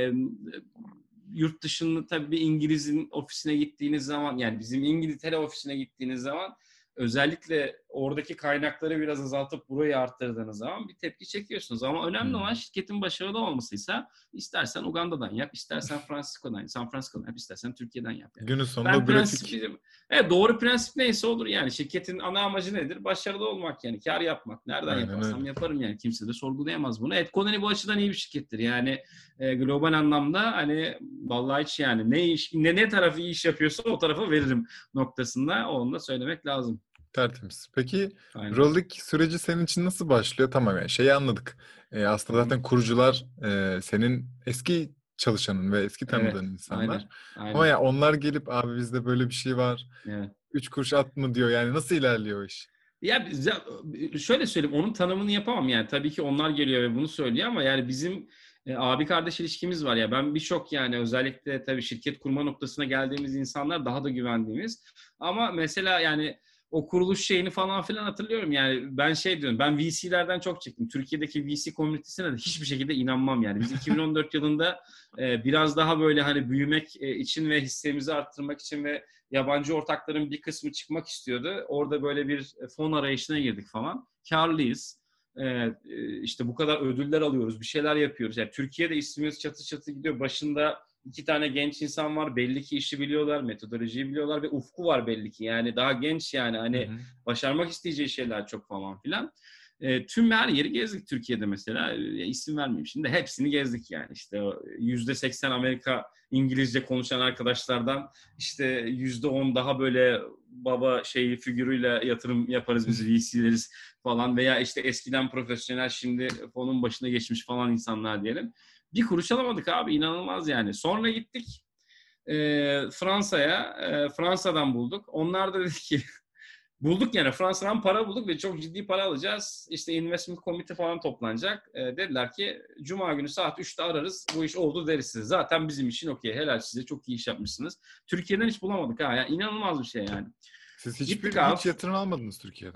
yurt dışında tabii bir İngiliz'in ofisine gittiğiniz zaman yani bizim İngiltere ofisine gittiğiniz zaman özellikle oradaki kaynakları biraz azaltıp burayı arttırdığınız zaman bir tepki çekiyorsunuz. Ama önemli olan Hmm. şirketin başarılı olmasıysa istersen Uganda'dan yap, istersen Francisco'dan, San Francisco'dan yap, istersen Türkiye'den yap. Yani. Günün sonunda Ben grafik. prensip, evet, doğru prensip neyse olur yani. Şirketin ana amacı nedir? Başarılı olmak yani. Kar yapmak. Nereden Aynen yaparsam öyle. yaparım yani. Kimse de sorgulayamaz bunu. Etkoneli bu açıdan iyi bir şirkettir. Yani e, global anlamda hani vallahi hiç yani ne iş ne ne tarafı iyi iş yapıyorsa o tarafa veririm noktasında onu da söylemek lazım. Tertemiz. Peki Aynen. rolling süreci senin için nasıl başlıyor? Tamam yani şeyi anladık. Ee, Hı aslında hı. zaten kurucular e, senin eski çalışanın ve eski tanıdığın Evet. insanlar. Aynen. Ama Aynen. ya onlar gelip abi bizde böyle bir şey var. Evet. Üç kuruş at mı diyor. Yani nasıl ilerliyor o iş? Ya biz- ya, şöyle söyleyeyim onun tanımını yapamam yani tabii ki onlar geliyor ve bunu söylüyor ama yani bizim e, abi kardeş ilişkimiz var ya ben birçok yani özellikle tabii şirket kurma noktasına geldiğimiz insanlar daha da güvendiğimiz ama mesela yani o kuruluş şeyini falan filan hatırlıyorum yani ben şey diyorum ben V C'lerden çok çektim. Türkiye'deki V C komünitesine de hiçbir şekilde inanmam yani. Biz iki bin on dört yılında e, biraz daha böyle hani büyümek e, için ve hissemizi arttırmak için ve yabancı ortakların bir kısmı çıkmak istiyordu. Orada böyle bir fon arayışına girdik falan. Karlıyız. Ee, işte bu kadar ödüller alıyoruz, bir şeyler yapıyoruz. Yani Türkiye'de ismimiz çatı çatı gidiyor. Başında iki tane genç insan var. Belli ki işi biliyorlar, metodolojiyi biliyorlar ve ufku var belli ki. Yani daha genç yani Hı hani hı. başarmak isteyeceği şeyler çok falan filan. E, tüm her yeri gezdik Türkiye'de mesela. E, isim vermeyeyim şimdi. Hepsini gezdik yani. İşte yüzde seksen Amerika İngilizce konuşan arkadaşlardan işte yüzde on daha böyle baba şeyi figürüyle yatırım yaparız biz V C'leriz falan veya işte eskiden profesyonel şimdi fonun başına geçmiş falan insanlar diyelim. Bir kuruş alamadık abi inanılmaz yani. Sonra gittik e, Fransa'ya e, Fransa'dan bulduk. Onlar da dedi ki bulduk yani Fransa'dan para bulduk ve çok ciddi para alacağız. İşte investment komite falan toplanacak. E, dediler ki Cuma günü saat üçte ararız. Bu iş oldu deriz size. Zaten bizim için okey. Helal size. Çok iyi iş yapmışsınız. Türkiye'den hiç bulamadık ha. Yani inanılmaz bir şey yani. Siz Gittik hiçbir abi. hiç yatırım almadınız Türkiye'den.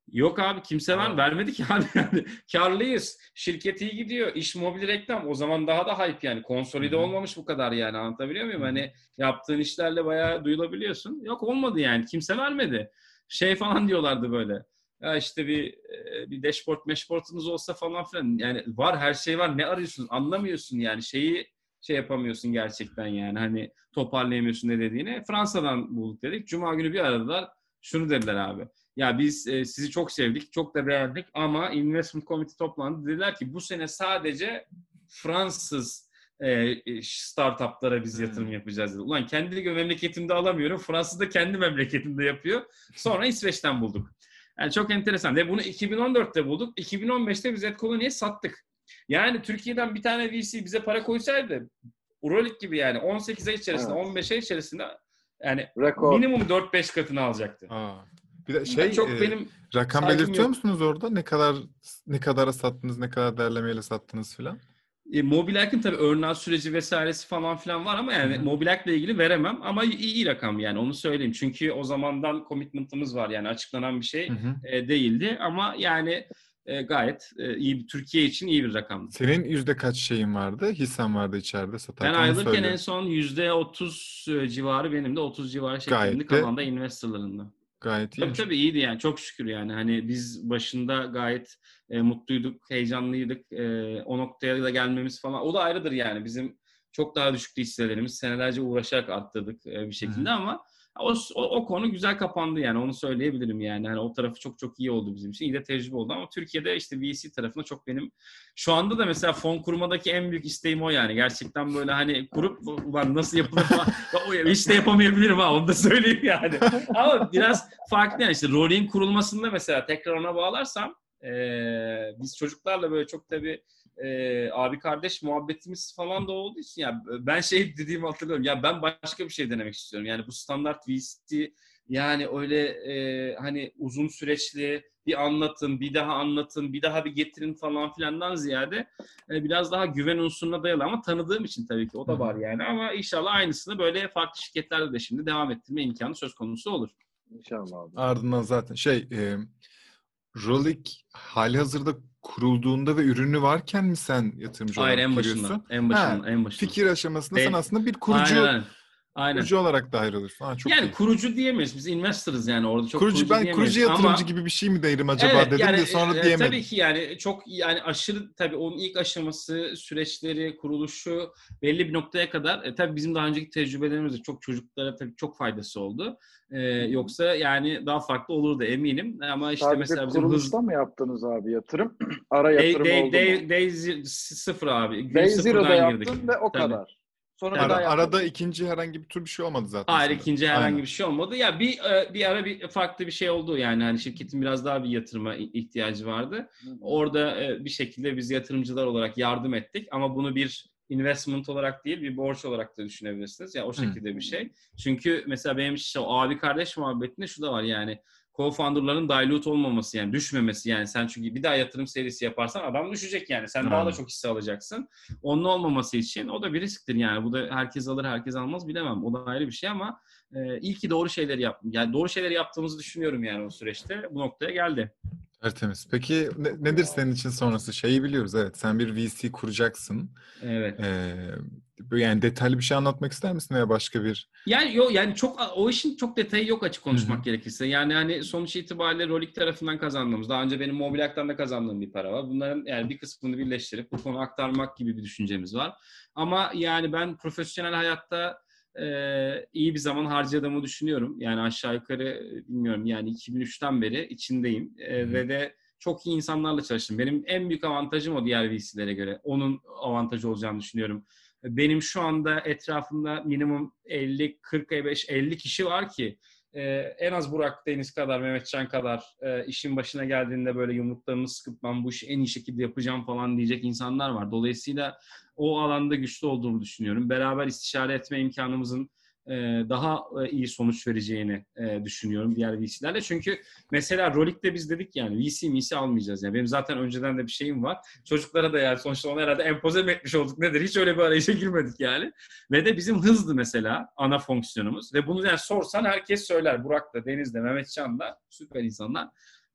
Yok abi kimse ver, Aa. vermedi ki abi yani. Karlıyız. Şirket iyi gidiyor. İş mobil reklam. O zaman daha da hype yani. Konsolide Hı hı. olmamış bu kadar yani. Anlatabiliyor muyum? Hı hı. Hani yaptığın işlerle bayağı duyulabiliyorsun. Yok olmadı yani. Kimse vermedi. Şey falan diyorlardı böyle. Ya işte bir e, bir dashboard, mashboard'unuz olsa falan filan. Yani var her şey var. Ne arıyorsun? Anlamıyorsun yani. Şeyi şey yapamıyorsun gerçekten yani. Hani toparlayamıyorsun ne dediğini. Fransa'dan bulduk dedik. Cuma günü bir aradılar. Şunu dediler abi. Ya biz e, sizi çok sevdik, çok da beğendik ama Investment Committee toplandı. Dediler ki bu sene sadece Fransız e, startuplara biz yatırım Hmm. yapacağız dedi. Ulan kendi memleketimde alamıyorum. Fransız da kendi memleketinde yapıyor. Sonra İsveç'ten bulduk. Yani çok enteresan. Ve bunu iki bin on dörtte bulduk. iki bin on beşte biz Zcolony'ye sattık. Yani Türkiye'den bir tane V C bize para koysaydı Urolik gibi yani on sekiz ay içerisinde, Evet. on beş ay içerisinde yani Rekor. minimum dört beş katını alacaktı. Aa. Bir de Yani şey çok e, benim rakam saygım belirtiyor yok. musunuz orada? Ne kadar ne kadara sattınız, ne kadar değerlemeyle sattınız filan? E, Mobilak'ın tabii earn-out süreci vesairesi falan filan var ama yani Hı hı. Mobilak'la ilgili veremem ama iyi, iyi rakam yani onu söyleyeyim. Çünkü o zamandan commitment'ımız var yani açıklanan bir şey Hı hı. e, değildi ama yani e, gayet e, iyi bir Türkiye için iyi bir rakamdı. Senin yüzde kaç şeyin vardı? Hissen vardı içeride Ben satarken, onu ayrılırken en söyle. son yüzde otuz civarı benim de otuz civarı şeklinde Gayet de kalan da investorlarında. gayet Tabii iyiymiş. tabii iyiydi yani çok şükür yani hani biz başında gayet e, mutluyduk, heyecanlıydık. E, o noktaya da gelmemiz falan o da ayrıdır yani bizim çok daha düşüktü hisselerimiz. Senelerce uğraşarak arttırdık e, bir Hı şekilde hı. ama o, o, o konu güzel kapandı yani onu söyleyebilirim yani. Hani o tarafı çok çok iyi oldu bizim için. İyi de tecrübe oldu ama Türkiye'de işte V C tarafında çok benim şu anda da mesela fon kurmadaki en büyük isteğim o yani. Gerçekten böyle hani kurup ulan nasıl yapılır falan. O hiç de yapamayabilirim ha onu da söyleyeyim yani. Ama biraz farklı yani işte rolün kurulmasında mesela tekrar ona bağlarsam e, biz çocuklarla böyle çok tabii e, abi kardeş muhabbetimiz falan da olduğu için ya ben şey dediğimi hatırlıyorum ya ben başka bir şey denemek istiyorum yani bu standart V C yani öyle e, hani uzun süreçli bir anlatın bir daha anlatın bir daha bir getirin falan filandan ziyade e, biraz daha güven unsuruna dayalı ama tanıdığım için tabii ki o Hı da hı. var yani ama inşallah aynısını böyle farklı şirketlerde de şimdi devam ettirme imkanı söz konusu olur. İnşallah abi. Ardından zaten şey e, Rolik hali hazırda kurulduğunda ve ürünü varken mi sen yatırımcı Hayır olarak en başından. giriyorsun? En Ha, başından. En başından. fikir aşamasında sen De, aslında bir aynen kurucu aynen. Aynen. kurucu olarak dahil oluyorsun. Ha, çok Yani iyi. kurucu diyemeyiz. Biz investor'ız yani orada çok Kurucu kurucu ben kurucu diyemeyiz. yatırımcı Ama gibi bir şey mi derim acaba evet dedim yani de sonra e, tabii diyemedim. ki yani çok yani aşırı tabii onun ilk aşaması, süreçleri, kuruluşu belli bir noktaya kadar e, tabii bizim daha önceki tecrübelerimizde çok çocuklara tabii çok faydası oldu. E, yoksa yani daha farklı olurdu eminim. Ama işte Sadece mesela bizim hız kuruluşta mı yaptınız abi yatırım? Ara Day, yatırım day, oldu mu? day, day zi- sıfır abi. Gün Day Zero'da sıfırdan girdik. yaptın ve o Tabii. kadar. Sonra bir Tabii. daha Ara, arada yapmadın. ikinci herhangi bir tür bir şey olmadı zaten Hayır sanırım. ikinci herhangi Aynen. bir şey olmadı. Ya bir e, bir ara bir farklı bir şey oldu yani hani şirketin biraz daha bir yatırıma ihtiyacı vardı. Hı hı. Orada e, bir şekilde biz yatırımcılar olarak yardım ettik ama bunu bir investment olarak değil bir borç olarak da düşünebilirsiniz. Ya o Hı. şekilde bir şey. Çünkü mesela benim işte o abi kardeş muhabbetinde şu da var yani co-founder'ların dilute olmaması yani düşmemesi yani sen çünkü bir daha yatırım serisi yaparsan adam düşecek yani sen daha da Aynen. çok hisse alacaksın. Onun olmaması için o da bir risktir yani bu da herkes alır herkes almaz bilemem o da ayrı bir şey ama e, iyi ki doğru şeyleri yaptım yani doğru şeyleri yaptığımızı düşünüyorum yani o süreçte bu noktaya geldi. Tertemiz. Peki ne- nedir senin için sonrası? Şeyi biliyoruz, evet. Sen bir V C kuracaksın. Evet. Ee, böyle yani detaylı bir şey anlatmak ister misin veya başka bir? Yani yok yani çok o işin çok detayı yok açık Hı hı. konuşmak gerekirse. Yani hani sonuç itibariyle Rolik tarafından kazandığımız, daha önce benim Mobilak'tan da kazandığım bir para var. Bunların yani bir kısmını birleştirip bu konu aktarmak gibi bir düşüncemiz var. Ama yani ben profesyonel hayatta e, iyi bir zaman harcadığımı düşünüyorum. Yani aşağı yukarı e, bilmiyorum yani iki bin üçten beri içindeyim E, Hı hı. ve de çok iyi insanlarla çalıştım. Benim en büyük avantajım o diğer V C'lere göre. Onun avantajı olacağını düşünüyorum. Benim şu anda etrafımda minimum elli, kırk, beş, elli kişi var ki e, en az Burak Deniz kadar, Mehmetcan kadar e, işin başına geldiğinde böyle yumruklarını sıkıp ben bu işi en iyi şekilde yapacağım falan diyecek insanlar var. Dolayısıyla o alanda güçlü olduğumu düşünüyorum. Beraber istişare etme imkanımızın e, daha e, iyi sonuç vereceğini e, düşünüyorum diğer V C'lerle. Çünkü mesela Rolik'te biz dedik yani V C V C almayacağız. Yani benim zaten önceden de bir şeyim var. Çocuklara da yani sonuçta onu herhalde empoze mi etmiş olduk nedir? Hiç öyle bir arayışa girmedik yani. Ve de bizim hızdı mesela ana fonksiyonumuz. Ve bunu yani sorsan herkes söyler. Burak da, Deniz de, Mehmetcan da süper insanlar.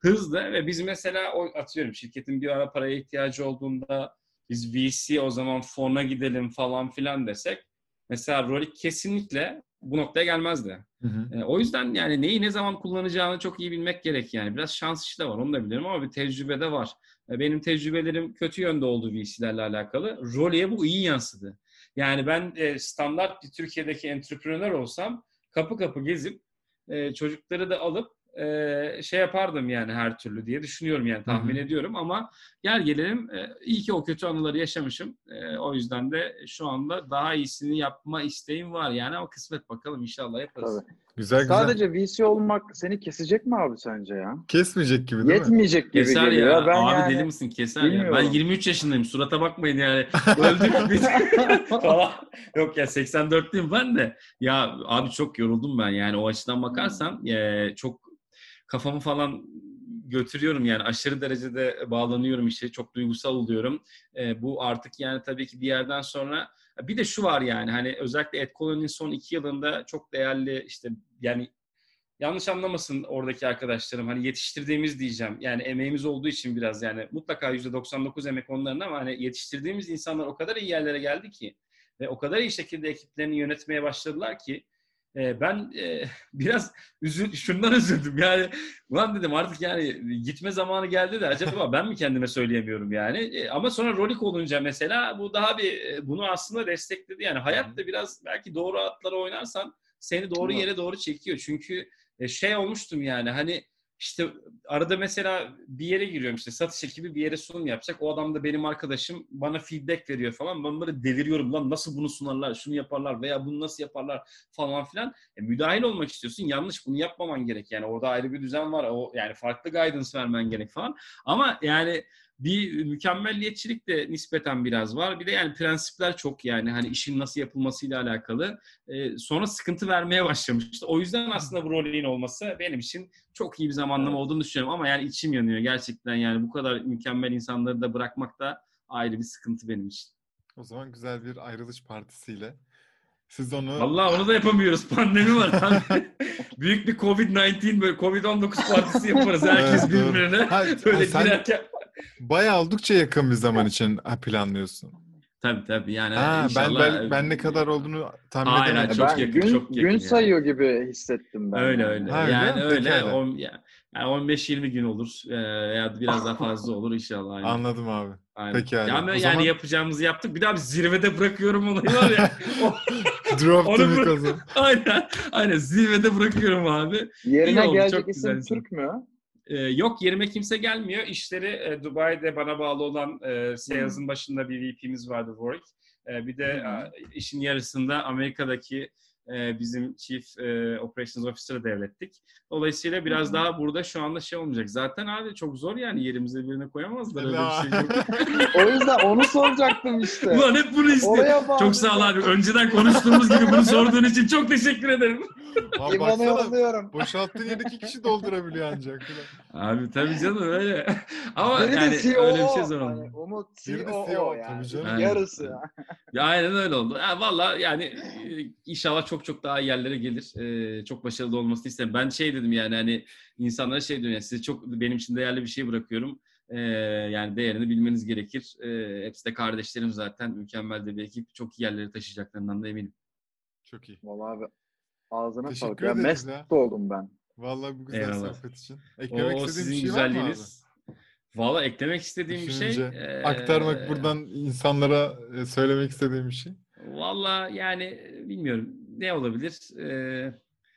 hızlı ve biz mesela o atıyorum şirketin bir ara paraya ihtiyacı olduğunda biz V C o zaman fona gidelim falan filan desek mesela Rolik kesinlikle bu noktaya gelmezdi. Hı hı. E, o yüzden yani neyi ne zaman kullanacağını çok iyi bilmek gerek yani. Biraz şans işi de var onu da bilirim ama bir tecrübe de var. E, benim tecrübelerim kötü yönde oldu V C'lerle alakalı. Rolik'e bu iyi yansıdı. Yani ben e, standart bir Türkiye'deki entrepreneur olsam kapı kapı gezip e, çocukları da alıp e, şey yapardım yani her türlü diye düşünüyorum yani tahmin Hı hı. ediyorum ama gel gelelim e, iyi ki o kötü anıları yaşamışım. E, o yüzden de şu anda daha iyisini yapma isteğim var yani ama kısmet bakalım inşallah yaparız. Tabii. Güzel güzel. Sadece V C olmak seni kesecek mi abi sence ya? Kesmeyecek gibi değil mi? Yetmeyecek gibi Keser geliyor. ya. Ben Abi yani deli misin? Keser ya. Ben bilmiyorum. yirmi üç yaşındayım. Surata bakmayın yani. Öldük biz falan. Yok ya seksen dörtlüyüm ben de. Ya abi çok yoruldum ben yani o açıdan bakarsan e, çok kafamı falan götürüyorum yani aşırı derecede bağlanıyorum işe. Çok duygusal oluyorum. E, bu artık yani tabii ki bir yerden sonra bir de şu var yani hani özellikle Ed Colony'nin son iki yılında çok değerli işte yani yanlış anlamasın oradaki arkadaşlarım. Hani yetiştirdiğimiz diyeceğim. Yani emeğimiz olduğu için biraz yani mutlaka yüzde doksan dokuz emek onların ama hani yetiştirdiğimiz insanlar o kadar iyi yerlere geldi ki ve o kadar iyi şekilde ekiplerini yönetmeye başladılar ki e, ben e, biraz üzül, şundan üzüldüm. Yani ulan dedim artık yani gitme zamanı geldi de acaba ben mi kendime söyleyemiyorum yani. E, ama sonra Rolik olunca mesela bu daha bir e, bunu aslında destekledi. Yani hayat da biraz belki doğru atlara oynarsan seni doğru yere Evet. doğru çekiyor. Çünkü e, şey olmuştum yani hani işte arada mesela bir yere giriyorum işte satış ekibi bir yere sunum yapacak. O adam da benim arkadaşım bana feedback veriyor falan. Ben böyle deliriyorum lan nasıl bunu sunarlar, şunu yaparlar veya bunu nasıl yaparlar falan filan. E, müdahil olmak istiyorsun. Yanlış bunu yapmaman gerek yani. Orada ayrı bir düzen var. O yani farklı guidance vermen gerek falan. Ama yani bir mükemmelliyetçilik de nispeten biraz var. Bir de yani prensipler çok yani hani işin nasıl yapılmasıyla alakalı. Ee, sonra sıkıntı vermeye başlamıştı. O yüzden aslında bu rolün olması benim için çok iyi bir zamanlama Evet. olduğunu düşünüyorum. Ama yani içim yanıyor gerçekten yani bu kadar mükemmel insanları da bırakmak da ayrı bir sıkıntı benim için. O zaman güzel bir ayrılış partisiyle. Siz onu Vallahi onu da yapamıyoruz. Pandemi var. Tam büyük bir covid on dokuz böyle covid on dokuz partisi yaparız. Herkes evet, doğru. birbirine Ha, böyle ha, sen girerken. bayağı oldukça yakın bir zaman için ha, planlıyorsun. Tabii tabii yani Ha, ben, inşallah. ben ben ne kadar olduğunu tahmin Hayır, hayır Ya edemedim. çok ben yakın gün çok gün yakın yani. sayıyor gibi hissettim ben Öyle yani. öyle. Ha öyle Yani mi? öyle. Pekala. On, ya- yani on beş yirmi gün olur. Ee, ya da biraz daha fazla olur inşallah. Aynen. Anladım abi. Aynen. Ya Pekala. ama O yani zaman yapacağımızı yaptık. Bir daha bir zirvede bırakıyorum olayı var ya. O- drop the onu mic bırak. o zaman. Aynen. Aynen. Zirvede bırakıyorum abi. İyi Yerine oldu. gelecek Çok güzel isim insan. Türk mü? Ee, yok yerime kimse gelmiyor. İşleri e, Dubai'de bana bağlı olan e, Hmm. Sales'ın başında bir V P'miz vardı Warwick. E, bir de Hı hı. e, işin yarısında Amerika'daki e, bizim Chief e, Operations Officer'ı devrettik. Dolayısıyla biraz Hı hı. daha burada şu anda şey olmayacak. Zaten abi çok zor yani yerimize birine koyamazlar öyle bir Ela. şey yok. O yüzden onu soracaktım işte. Ulan hep bunu işte. Oraya Çok sağ ol abi. bağlayacaktım. Önceden konuştuğumuz gibi bunu sorduğun için çok teşekkür ederim. Abi İvan'ı baksana yolluyorum. boşalttığın yeri iki kişi doldurabiliyor ancak. Abi tabii canım öyle. Ama Biri de yani öyle bir şey C O O. zor oldu. Hani Umut Biri de C O O C E O tabii yani. canım. Aynen. Yarısı. Ya aynen öyle oldu. Ya vallahi yani e, inşallah çok çok daha iyi yerlere gelir. Ee, çok başarılı olmasını isterim. Ben şey dedim yani hani insanlara şey diyorum yani size çok benim için değerli bir şey bırakıyorum. Ee, yani değerini bilmeniz gerekir. Ee, hepsi de kardeşlerim zaten. Mükemmel de bir ekip. Çok iyi yerlere taşıyacaklarından da eminim. Çok iyi. Vallahi abi ağzına sağlık. Teşekkür Ya ederiz mest ya. oldum ben. Vallahi bu güzel Eyvallah. sohbet için. Eklemek O istediğin bir sizin şey var mı abi? güzelliğiniz. Vallahi eklemek istediğim bir şey. Düşününce. Aktarmak Ee, buradan insanlara e, söylemek istediğim bir şey. vallahi yani bilmiyorum. Ne olabilir? Ee,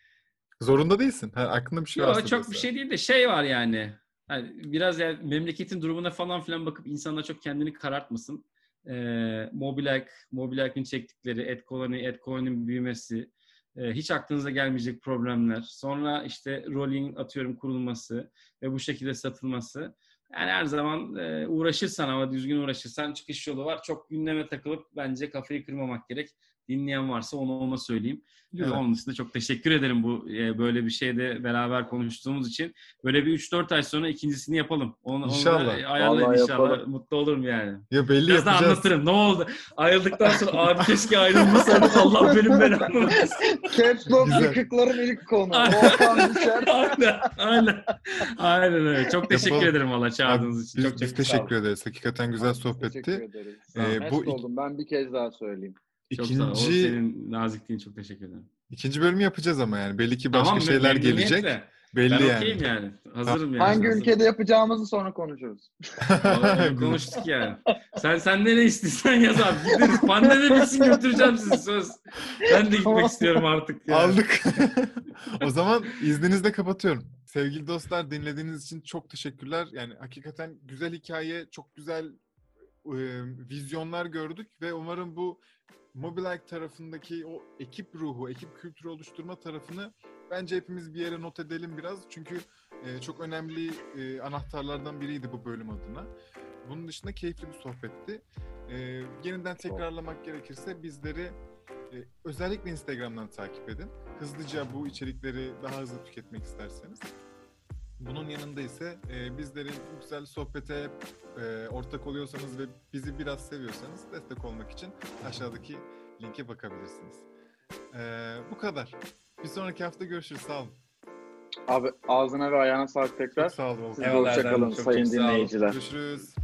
Zorunda değilsin. Ha, aklında bir şey Yok varsa çok bir mesela. şey değil de şey var yani. Hani biraz yani memleketin durumuna falan filan bakıp insanlar çok kendini karartmasın. Ee, Mobileye, Mobileye'nin çektikleri, AdColony, AdColony'nin büyümesi, e, hiç aklınıza gelmeyecek problemler. Sonra işte rolling atıyorum kurulması ve bu şekilde satılması. Yani her zaman e, uğraşırsan ama düzgün uğraşırsan çıkış yolu var. Çok gündeme takılıp bence kafayı kırmamak gerek. dinleyen varsa onu ona söyleyeyim. Güzel. Ee, onun dışında çok teşekkür ederim bu e, böyle bir şeyde beraber konuştuğumuz için. Böyle bir üç dört ay sonra ikincisini yapalım. Onu, İnşallah. Onu da ayarlayın Vallahi inşallah. yapalım. Mutlu olurum yani. Ya belli Biraz da yapacağız. anlatırım. Ne oldu? Ayrıldıktan sonra abi keşke ayrılmasaydık. Allah benim belamı versin. Caps Lock Güzel. yıkıkların ilk konu. Volkan düşer. Aynen. Aynen. Aynen öyle. Çok teşekkür Yapalım. ederim valla çağırdığınız için. Biz, çok biz çok sağ olun. teşekkür ederiz. Hakikaten güzel Teşekkür sohbetti. ederiz. Ee, Ee, bu bu ik- oldum. Ben bir kez daha söyleyeyim. Çok sağ ol. O İkinci, senin nazikliğin çok teşekkür ederim. ikinci bölümü yapacağız ama yani. Belli ki başka Tamam, şeyler memnuniyetle. gelecek. Belli Ben yani. okeyim yani. Hazırım yani. Hangi hazırım. ülkede yapacağımızı sonra konuşuruz. Vallahi konuştuk yani. Sen sen nereye istiyorsan yaz abi. Gideriz. Pandemi bitsin götüreceğim sizi söz. Ben de gitmek istiyorum artık. Ya. Aldık. O zaman izninizle kapatıyorum. Sevgili dostlar, dinlediğiniz için çok teşekkürler. Yani hakikaten güzel hikaye, çok güzel e, vizyonlar gördük ve umarım bu Mobilike tarafındaki o ekip ruhu, ekip kültürü oluşturma tarafını bence hepimiz bir yere not edelim biraz. Çünkü e, çok önemli e, anahtarlardan biriydi bu bölüm adına. Bunun dışında keyifli bir sohbetti. E, yeniden tekrarlamak gerekirse bizleri e, özellikle Instagram'dan takip edin. Hızlıca bu içerikleri daha hızlı tüketmek isterseniz. Bunun yanında ise e, bizlerin bu güzel sohbete e, ortak oluyorsanız ve bizi biraz seviyorsanız destek olmak için aşağıdaki linke bakabilirsiniz. E, bu kadar. Bir sonraki hafta görüşürüz. Sağ olun. Abi ağzına ve ayağına sağlık tekrar. Çok sağ olun. Siz de Eyvallah hoşça kalın Erdem, çok sayın çok sağ olun. dinleyiciler. Görüşürüz.